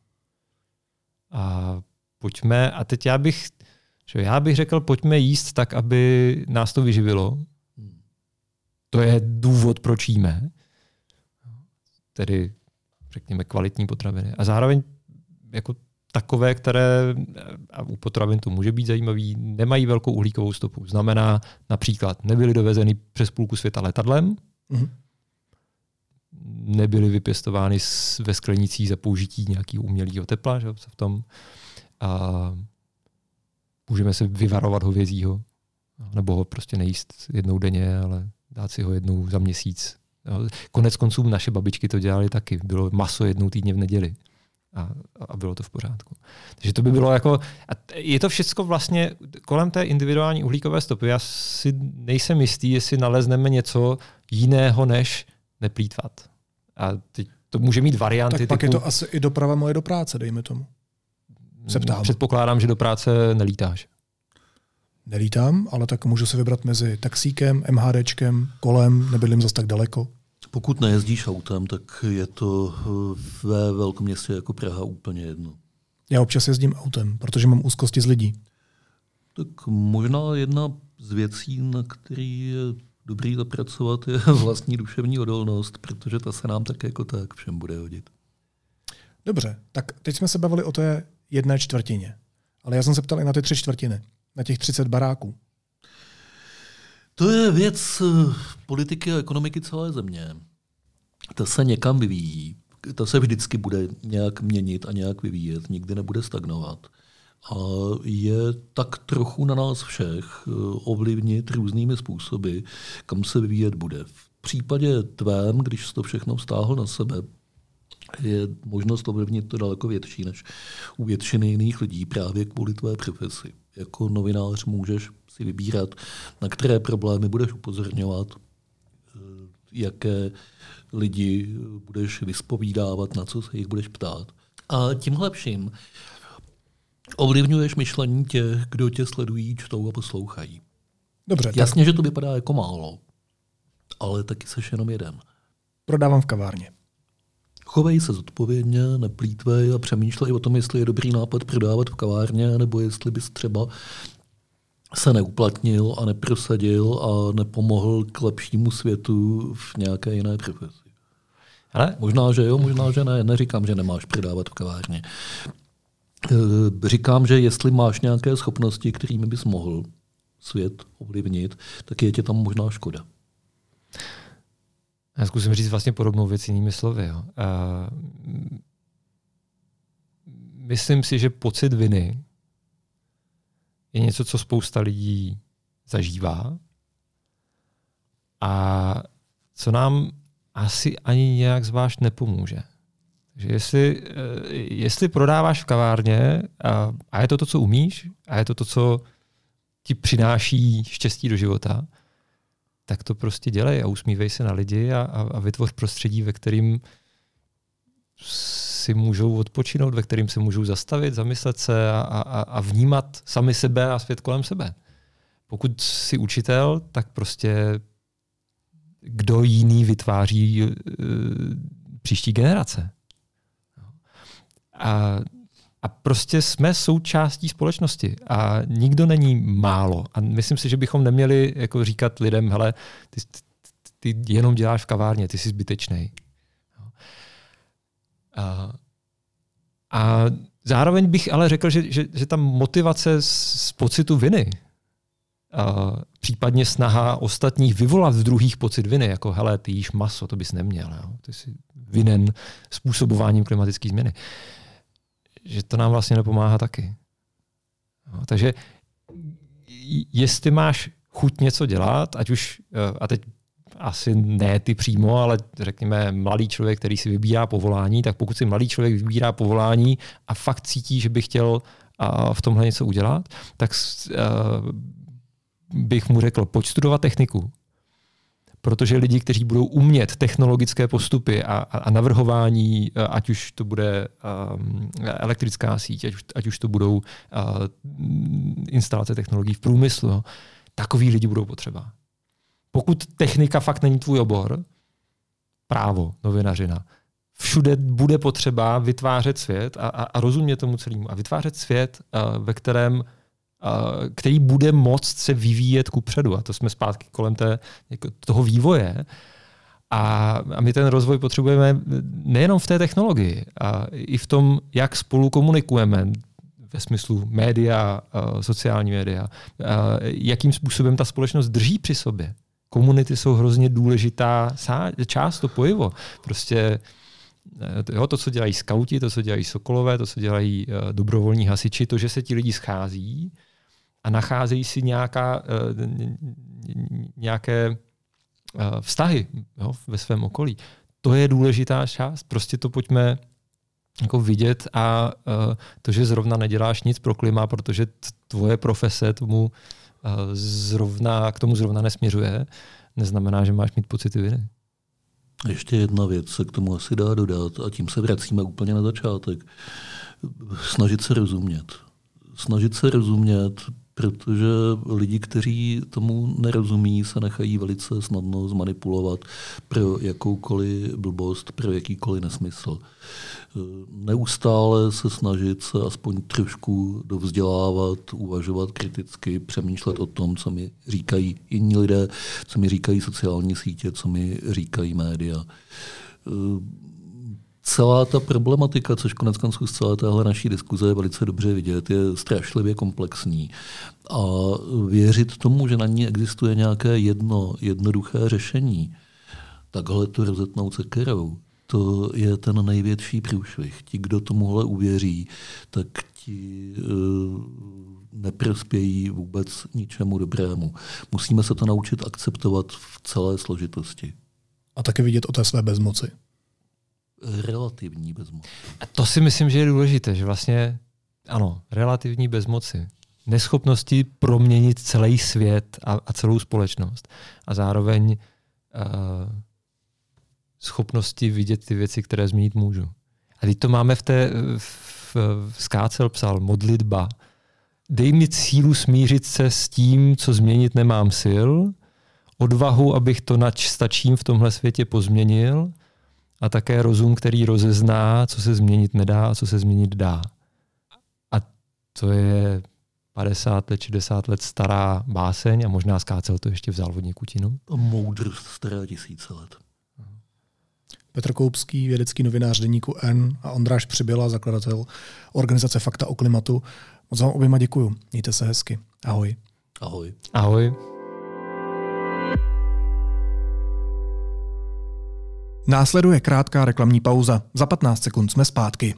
A pojďme, a teď já bych, že já bych řekl, pojďme jíst tak, aby nás to vyživilo. To je důvod, proč jíme. Tedy řekněme, kvalitní potraviny. A zároveň jako takové, které, a u potravin to může být zajímavý, nemají velkou uhlíkovou stopu. Znamená například, nebyly dovezeny přes půlku světa letadlem, mm-hmm. nebyly vypěstovány ve sklenicích za použití nějakého umělého tepla, že v tom. A můžeme se vyvarovat hovězího, nebo ho prostě nejíst jednou denně, ale dát si ho jednou za měsíc. Konec konců naše babičky to dělali taky. Bylo maso jednou týdně v neděli. A, a bylo to v pořádku. Takže to by bylo jako... Je to všechno vlastně kolem té individuální uhlíkové stopy. Já si nejsem jistý, jestli nalezneme něco jiného, než neplýtvat. A teď to může mít varianty. Tak pak typu, je to asi i doprava moje do práce, dejme tomu. Se ptám. Předpokládám, že do práce nelítáš. Nelítám, ale tak můžu se vybrat mezi taxíkem, MHDčkem, kolem, nebydlím zas tak daleko. Pokud nejezdíš autem, tak je to ve velkoměstě jako Praha úplně jedno. Já občas jezdím autem, protože mám úzkosti z lidí. Tak možná jedna z věcí, na který je dobrý zapracovat, je vlastní duševní odolnost, protože ta se nám tak jako tak všem bude hodit. Dobře, tak teď jsme se bavili o té jedné čtvrtině. Ale já jsem se ptal i na ty tři čtvrtiny. Na těch třicet baráků. To je věc politiky a ekonomiky celé země. Ta se někam vyvíjí. Ta se vždycky bude nějak měnit a nějak vyvíjet. Nikdy nebude stagnovat. A je tak trochu na nás všech ovlivnit různými způsoby, kam se vyvíjet bude. V případě tvém, když jsi to všechno vztáhl na sebe, je možnost ovlivnit to daleko větší než u většiny jiných lidí právě kvůli tvé profesi. Jako novinář můžeš si vybírat, na které problémy budeš upozorňovat, jaké lidi budeš vyspovídávat, na co se jich budeš ptát. A tím lepším ovlivňuješ myšlení těch, kdo tě sledují, čtou a poslouchají. Dobře. Jasně, tak... že to vypadá jako málo, ale taky seš jenom jeden. Prodávám v kavárně. Chovej se zodpovědně, neplýtvej a přemýšlej o tom, jestli je dobrý nápad prodávat v kavárně, nebo jestli bys třeba se neuplatnil a neprosadil a nepomohl k lepšímu světu v nějaké jiné profesi. Ale? Možná, že jo, možná, že ne. Neříkám, že nemáš prodávat v kavárně. Říkám, že jestli máš nějaké schopnosti, kterými bys mohl svět ovlivnit, tak je tě tam možná škoda. Já zkusím říct vlastně podobnou věc jinými slovy. Jo. Uh, myslím si, že pocit viny je něco, co spousta lidí zažívá a co nám asi ani nějak zvlášť nepomůže. Takže jestli, jestli prodáváš v kavárně a, a je to to, co umíš, a je to to, co ti přináší štěstí do života, tak to prostě dělej a usmívej se na lidi a, a, a vytvoř prostředí, ve kterým si můžou odpočinout, ve kterým se můžou zastavit, zamyslet se a, a, a vnímat sami sebe a svět kolem sebe. Pokud jsi učitel, tak prostě kdo jiný vytváří uh, příští generace. A, a prostě jsme součástí společnosti a nikdo není málo. A myslím si, že bychom neměli jako říkat lidem, hele, ty, ty, ty jenom děláš v kavárně, ty jsi zbytečnej. A, a zároveň bych ale řekl, že, že, že ta motivace z, z pocitu viny, a případně snaha ostatních vyvolat v druhých pocit viny, jako hele, ty jíš maso, to bys neměl, jo? Ty jsi vinen způsobováním klimatické změny. Že to nám vlastně nepomáhá taky. No, takže jestli máš chuť něco dělat, ať už, a teď asi ne ty přímo, ale řekněme mladý člověk, který si vybírá povolání, tak pokud si mladý člověk vybírá povolání a fakt cítí, že by chtěl v tomhle něco udělat, tak bych mu řekl, pojď studovat techniku. Protože lidi, kteří budou umět technologické postupy a, a navrhování, ať už to bude um, elektrická síť, ať už, ať už to budou uh, instalace technologií v průmyslu, no, takový lidi budou potřeba. Pokud technika fakt není tvůj obor, právo, novinařina, všude bude potřeba vytvářet svět a, a, a rozumět tomu celému. A vytvářet svět, uh, ve kterém který bude moct se vyvíjet kupředu. A to jsme zpátky kolem té, jako toho vývoje. A, a my ten rozvoj potřebujeme nejenom v té technologii, a i v tom, jak spolu komunikujeme ve smyslu média, sociální média, jakým způsobem ta společnost drží při sobě. Komunity jsou hrozně důležitá část, to pojivo. Prostě jo, to, co dělají skauti, to, co dělají sokolové, to, co dělají dobrovolní hasiči, to, že se ti lidi schází a nacházejí si nějaká, nějaké vztahy, jo, ve svém okolí. To je důležitá část. Prostě to pojďme jako vidět a to, že zrovna neděláš nic pro klima, protože tvoje profese tomu zrovna, k tomu zrovna nesměřuje, neznamená, že máš mít pocity viny. Ještě jedna věc se k tomu asi dá dodat a tím se vracíme úplně na začátek. Snažit se rozumět. Snažit se rozumět, protože lidi, kteří tomu nerozumí, se nechají velice snadno zmanipulovat pro jakoukoliv blbost, pro jakýkoliv nesmysl. Neustále se snažit se aspoň trošku dovzdělávat, uvažovat kriticky, přemýšlet o tom, co mi říkají jiní lidé, co mi říkají sociální sítě, co mi říkají média. Celá ta problematika, což konec konců z celé téhle naší diskuze je velice dobře vidět, je strašlivě komplexní. A věřit tomu, že na ní existuje nějaké jedno jednoduché řešení, takhle to rozetnout sekerou, to je ten největší průšvih. Ti, kdo tomuhle uvěří, tak ti e, neprospějí vůbec ničemu dobrému. Musíme se to naučit akceptovat v celé složitosti. A taky vidět o té své bezmoci. Relativní bezmoc. A to si myslím, že je důležité, že vlastně, ano, relativní bezmoci. Neschopnosti proměnit celý svět a, a celou společnost. A zároveň uh, schopnosti vidět ty věci, které změnit můžu. A teď to máme v té, v, v Skácel psal, modlitba. Dej mi sílu smířit se s tím, co změnit nemám sil, odvahu, abych to, nač stačím v tomhle světě pozměnil, a také rozum, který rozezná, co se změnit nedá a co se změnit dá. A to je padesát let, šedesát let stará báseň a možná Skácel to ještě vzal od někud. A moudrost stará tisíce let. Petr Koupský, vědecký novinář deníku N, a Ondráš Přibyla, zakladatel organizace Fakta o klimatu. Moc vám oběma děkuju. Mějte se hezky. Ahoj. Ahoj. Ahoj. Následuje krátká reklamní pauza. Za patnáct sekund jsme zpátky.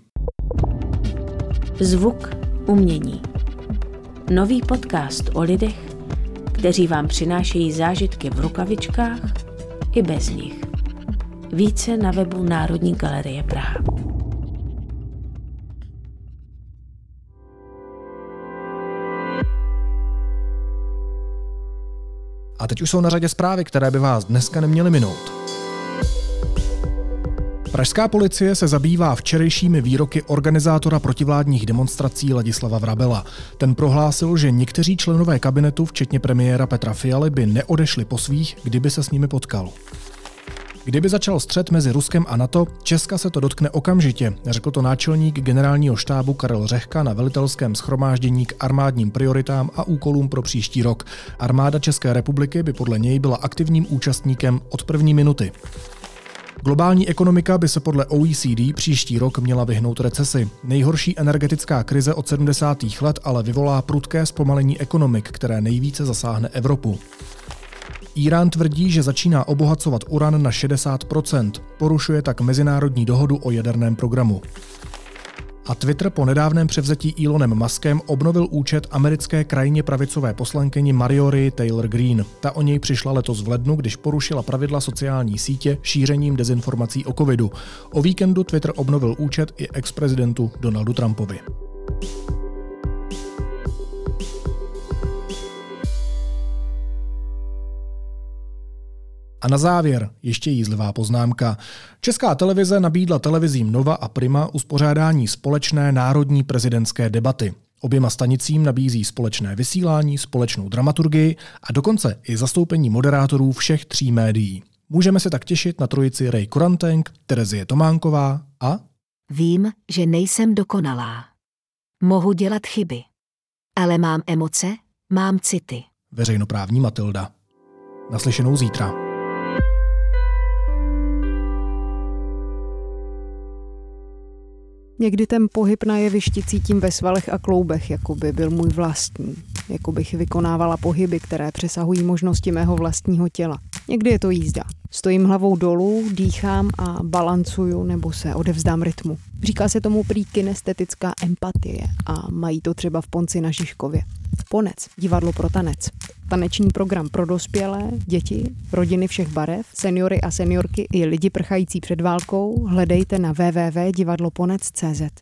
Zvuk umění. Nový podcast o lidech, kteří vám přinášejí zážitky v rukavičkách i bez nich. Více na webu Národní galerie Praha. A teď už jsou na řadě zprávy, které by vás dneska neměly minout. Pražská policie se zabývá včerejšími výroky organizátora protivládních demonstrací Ladislava Vrabela. Ten prohlásil, že někteří členové kabinetu, včetně premiéra Petra Fialy, by neodešli po svých, kdyby se s nimi potkal. Kdyby začal střet mezi Ruskem a NATO, Česka se to dotkne okamžitě, řekl to náčelník generálního štábu Karel Řehka na velitelském shromáždění k armádním prioritám a úkolům pro příští rok. Armáda České republiky by podle něj byla aktivním účastníkem od první minuty. Globální ekonomika by se podle O E C D příští rok měla vyhnout recesi. Nejhorší energetická krize od sedmdesátých let ale vyvolá prudké zpomalení ekonomik, které nejvíce zasáhne Evropu. Írán tvrdí, že začíná obohacovat uran na šedesát procent, porušuje tak mezinárodní dohodu o jaderném programu. A Twitter po nedávném převzetí Elonem Muskem obnovil účet americké krajně pravicové poslankyni Marjorie Taylor Greene. Ta o něj přišla letos v lednu, když porušila pravidla sociální sítě šířením dezinformací o covidu. O víkendu Twitter obnovil účet i ex-prezidentu Donaldu Trumpovi. A na závěr ještě jízlivá poznámka. Česká televize nabídla televizím Nova a Prima uspořádání společné národní prezidentské debaty. Oběma stanicím nabízí společné vysílání, společnou dramaturgii a dokonce i zastoupení moderátorů všech tří médií. Můžeme se tak těšit na trojici Ray Korantenk, Terezie Tománková a... Vím, že nejsem dokonalá. Mohu dělat chyby. Ale mám emoce, mám city. Veřejnoprávní Matilda. Naslyšenou zítra. Někdy ten pohyb na jevišti cítím ve svalech a kloubech, jako by byl můj vlastní. Jako bych vykonávala pohyby, které přesahují možnosti mého vlastního těla. Někdy je to jízda. Stojím hlavou dolů, dýchám a balancuju nebo se odevzdám rytmu. Říká se tomu prý kinestetická empatie a mají to třeba v Ponci na Žižkově. Ponec, divadlo pro tanec. Taneční program pro dospělé, děti, rodiny všech barev, seniory a seniorky i lidi prchající před válkou hledejte na w w w tečka divadloponec tečka c z.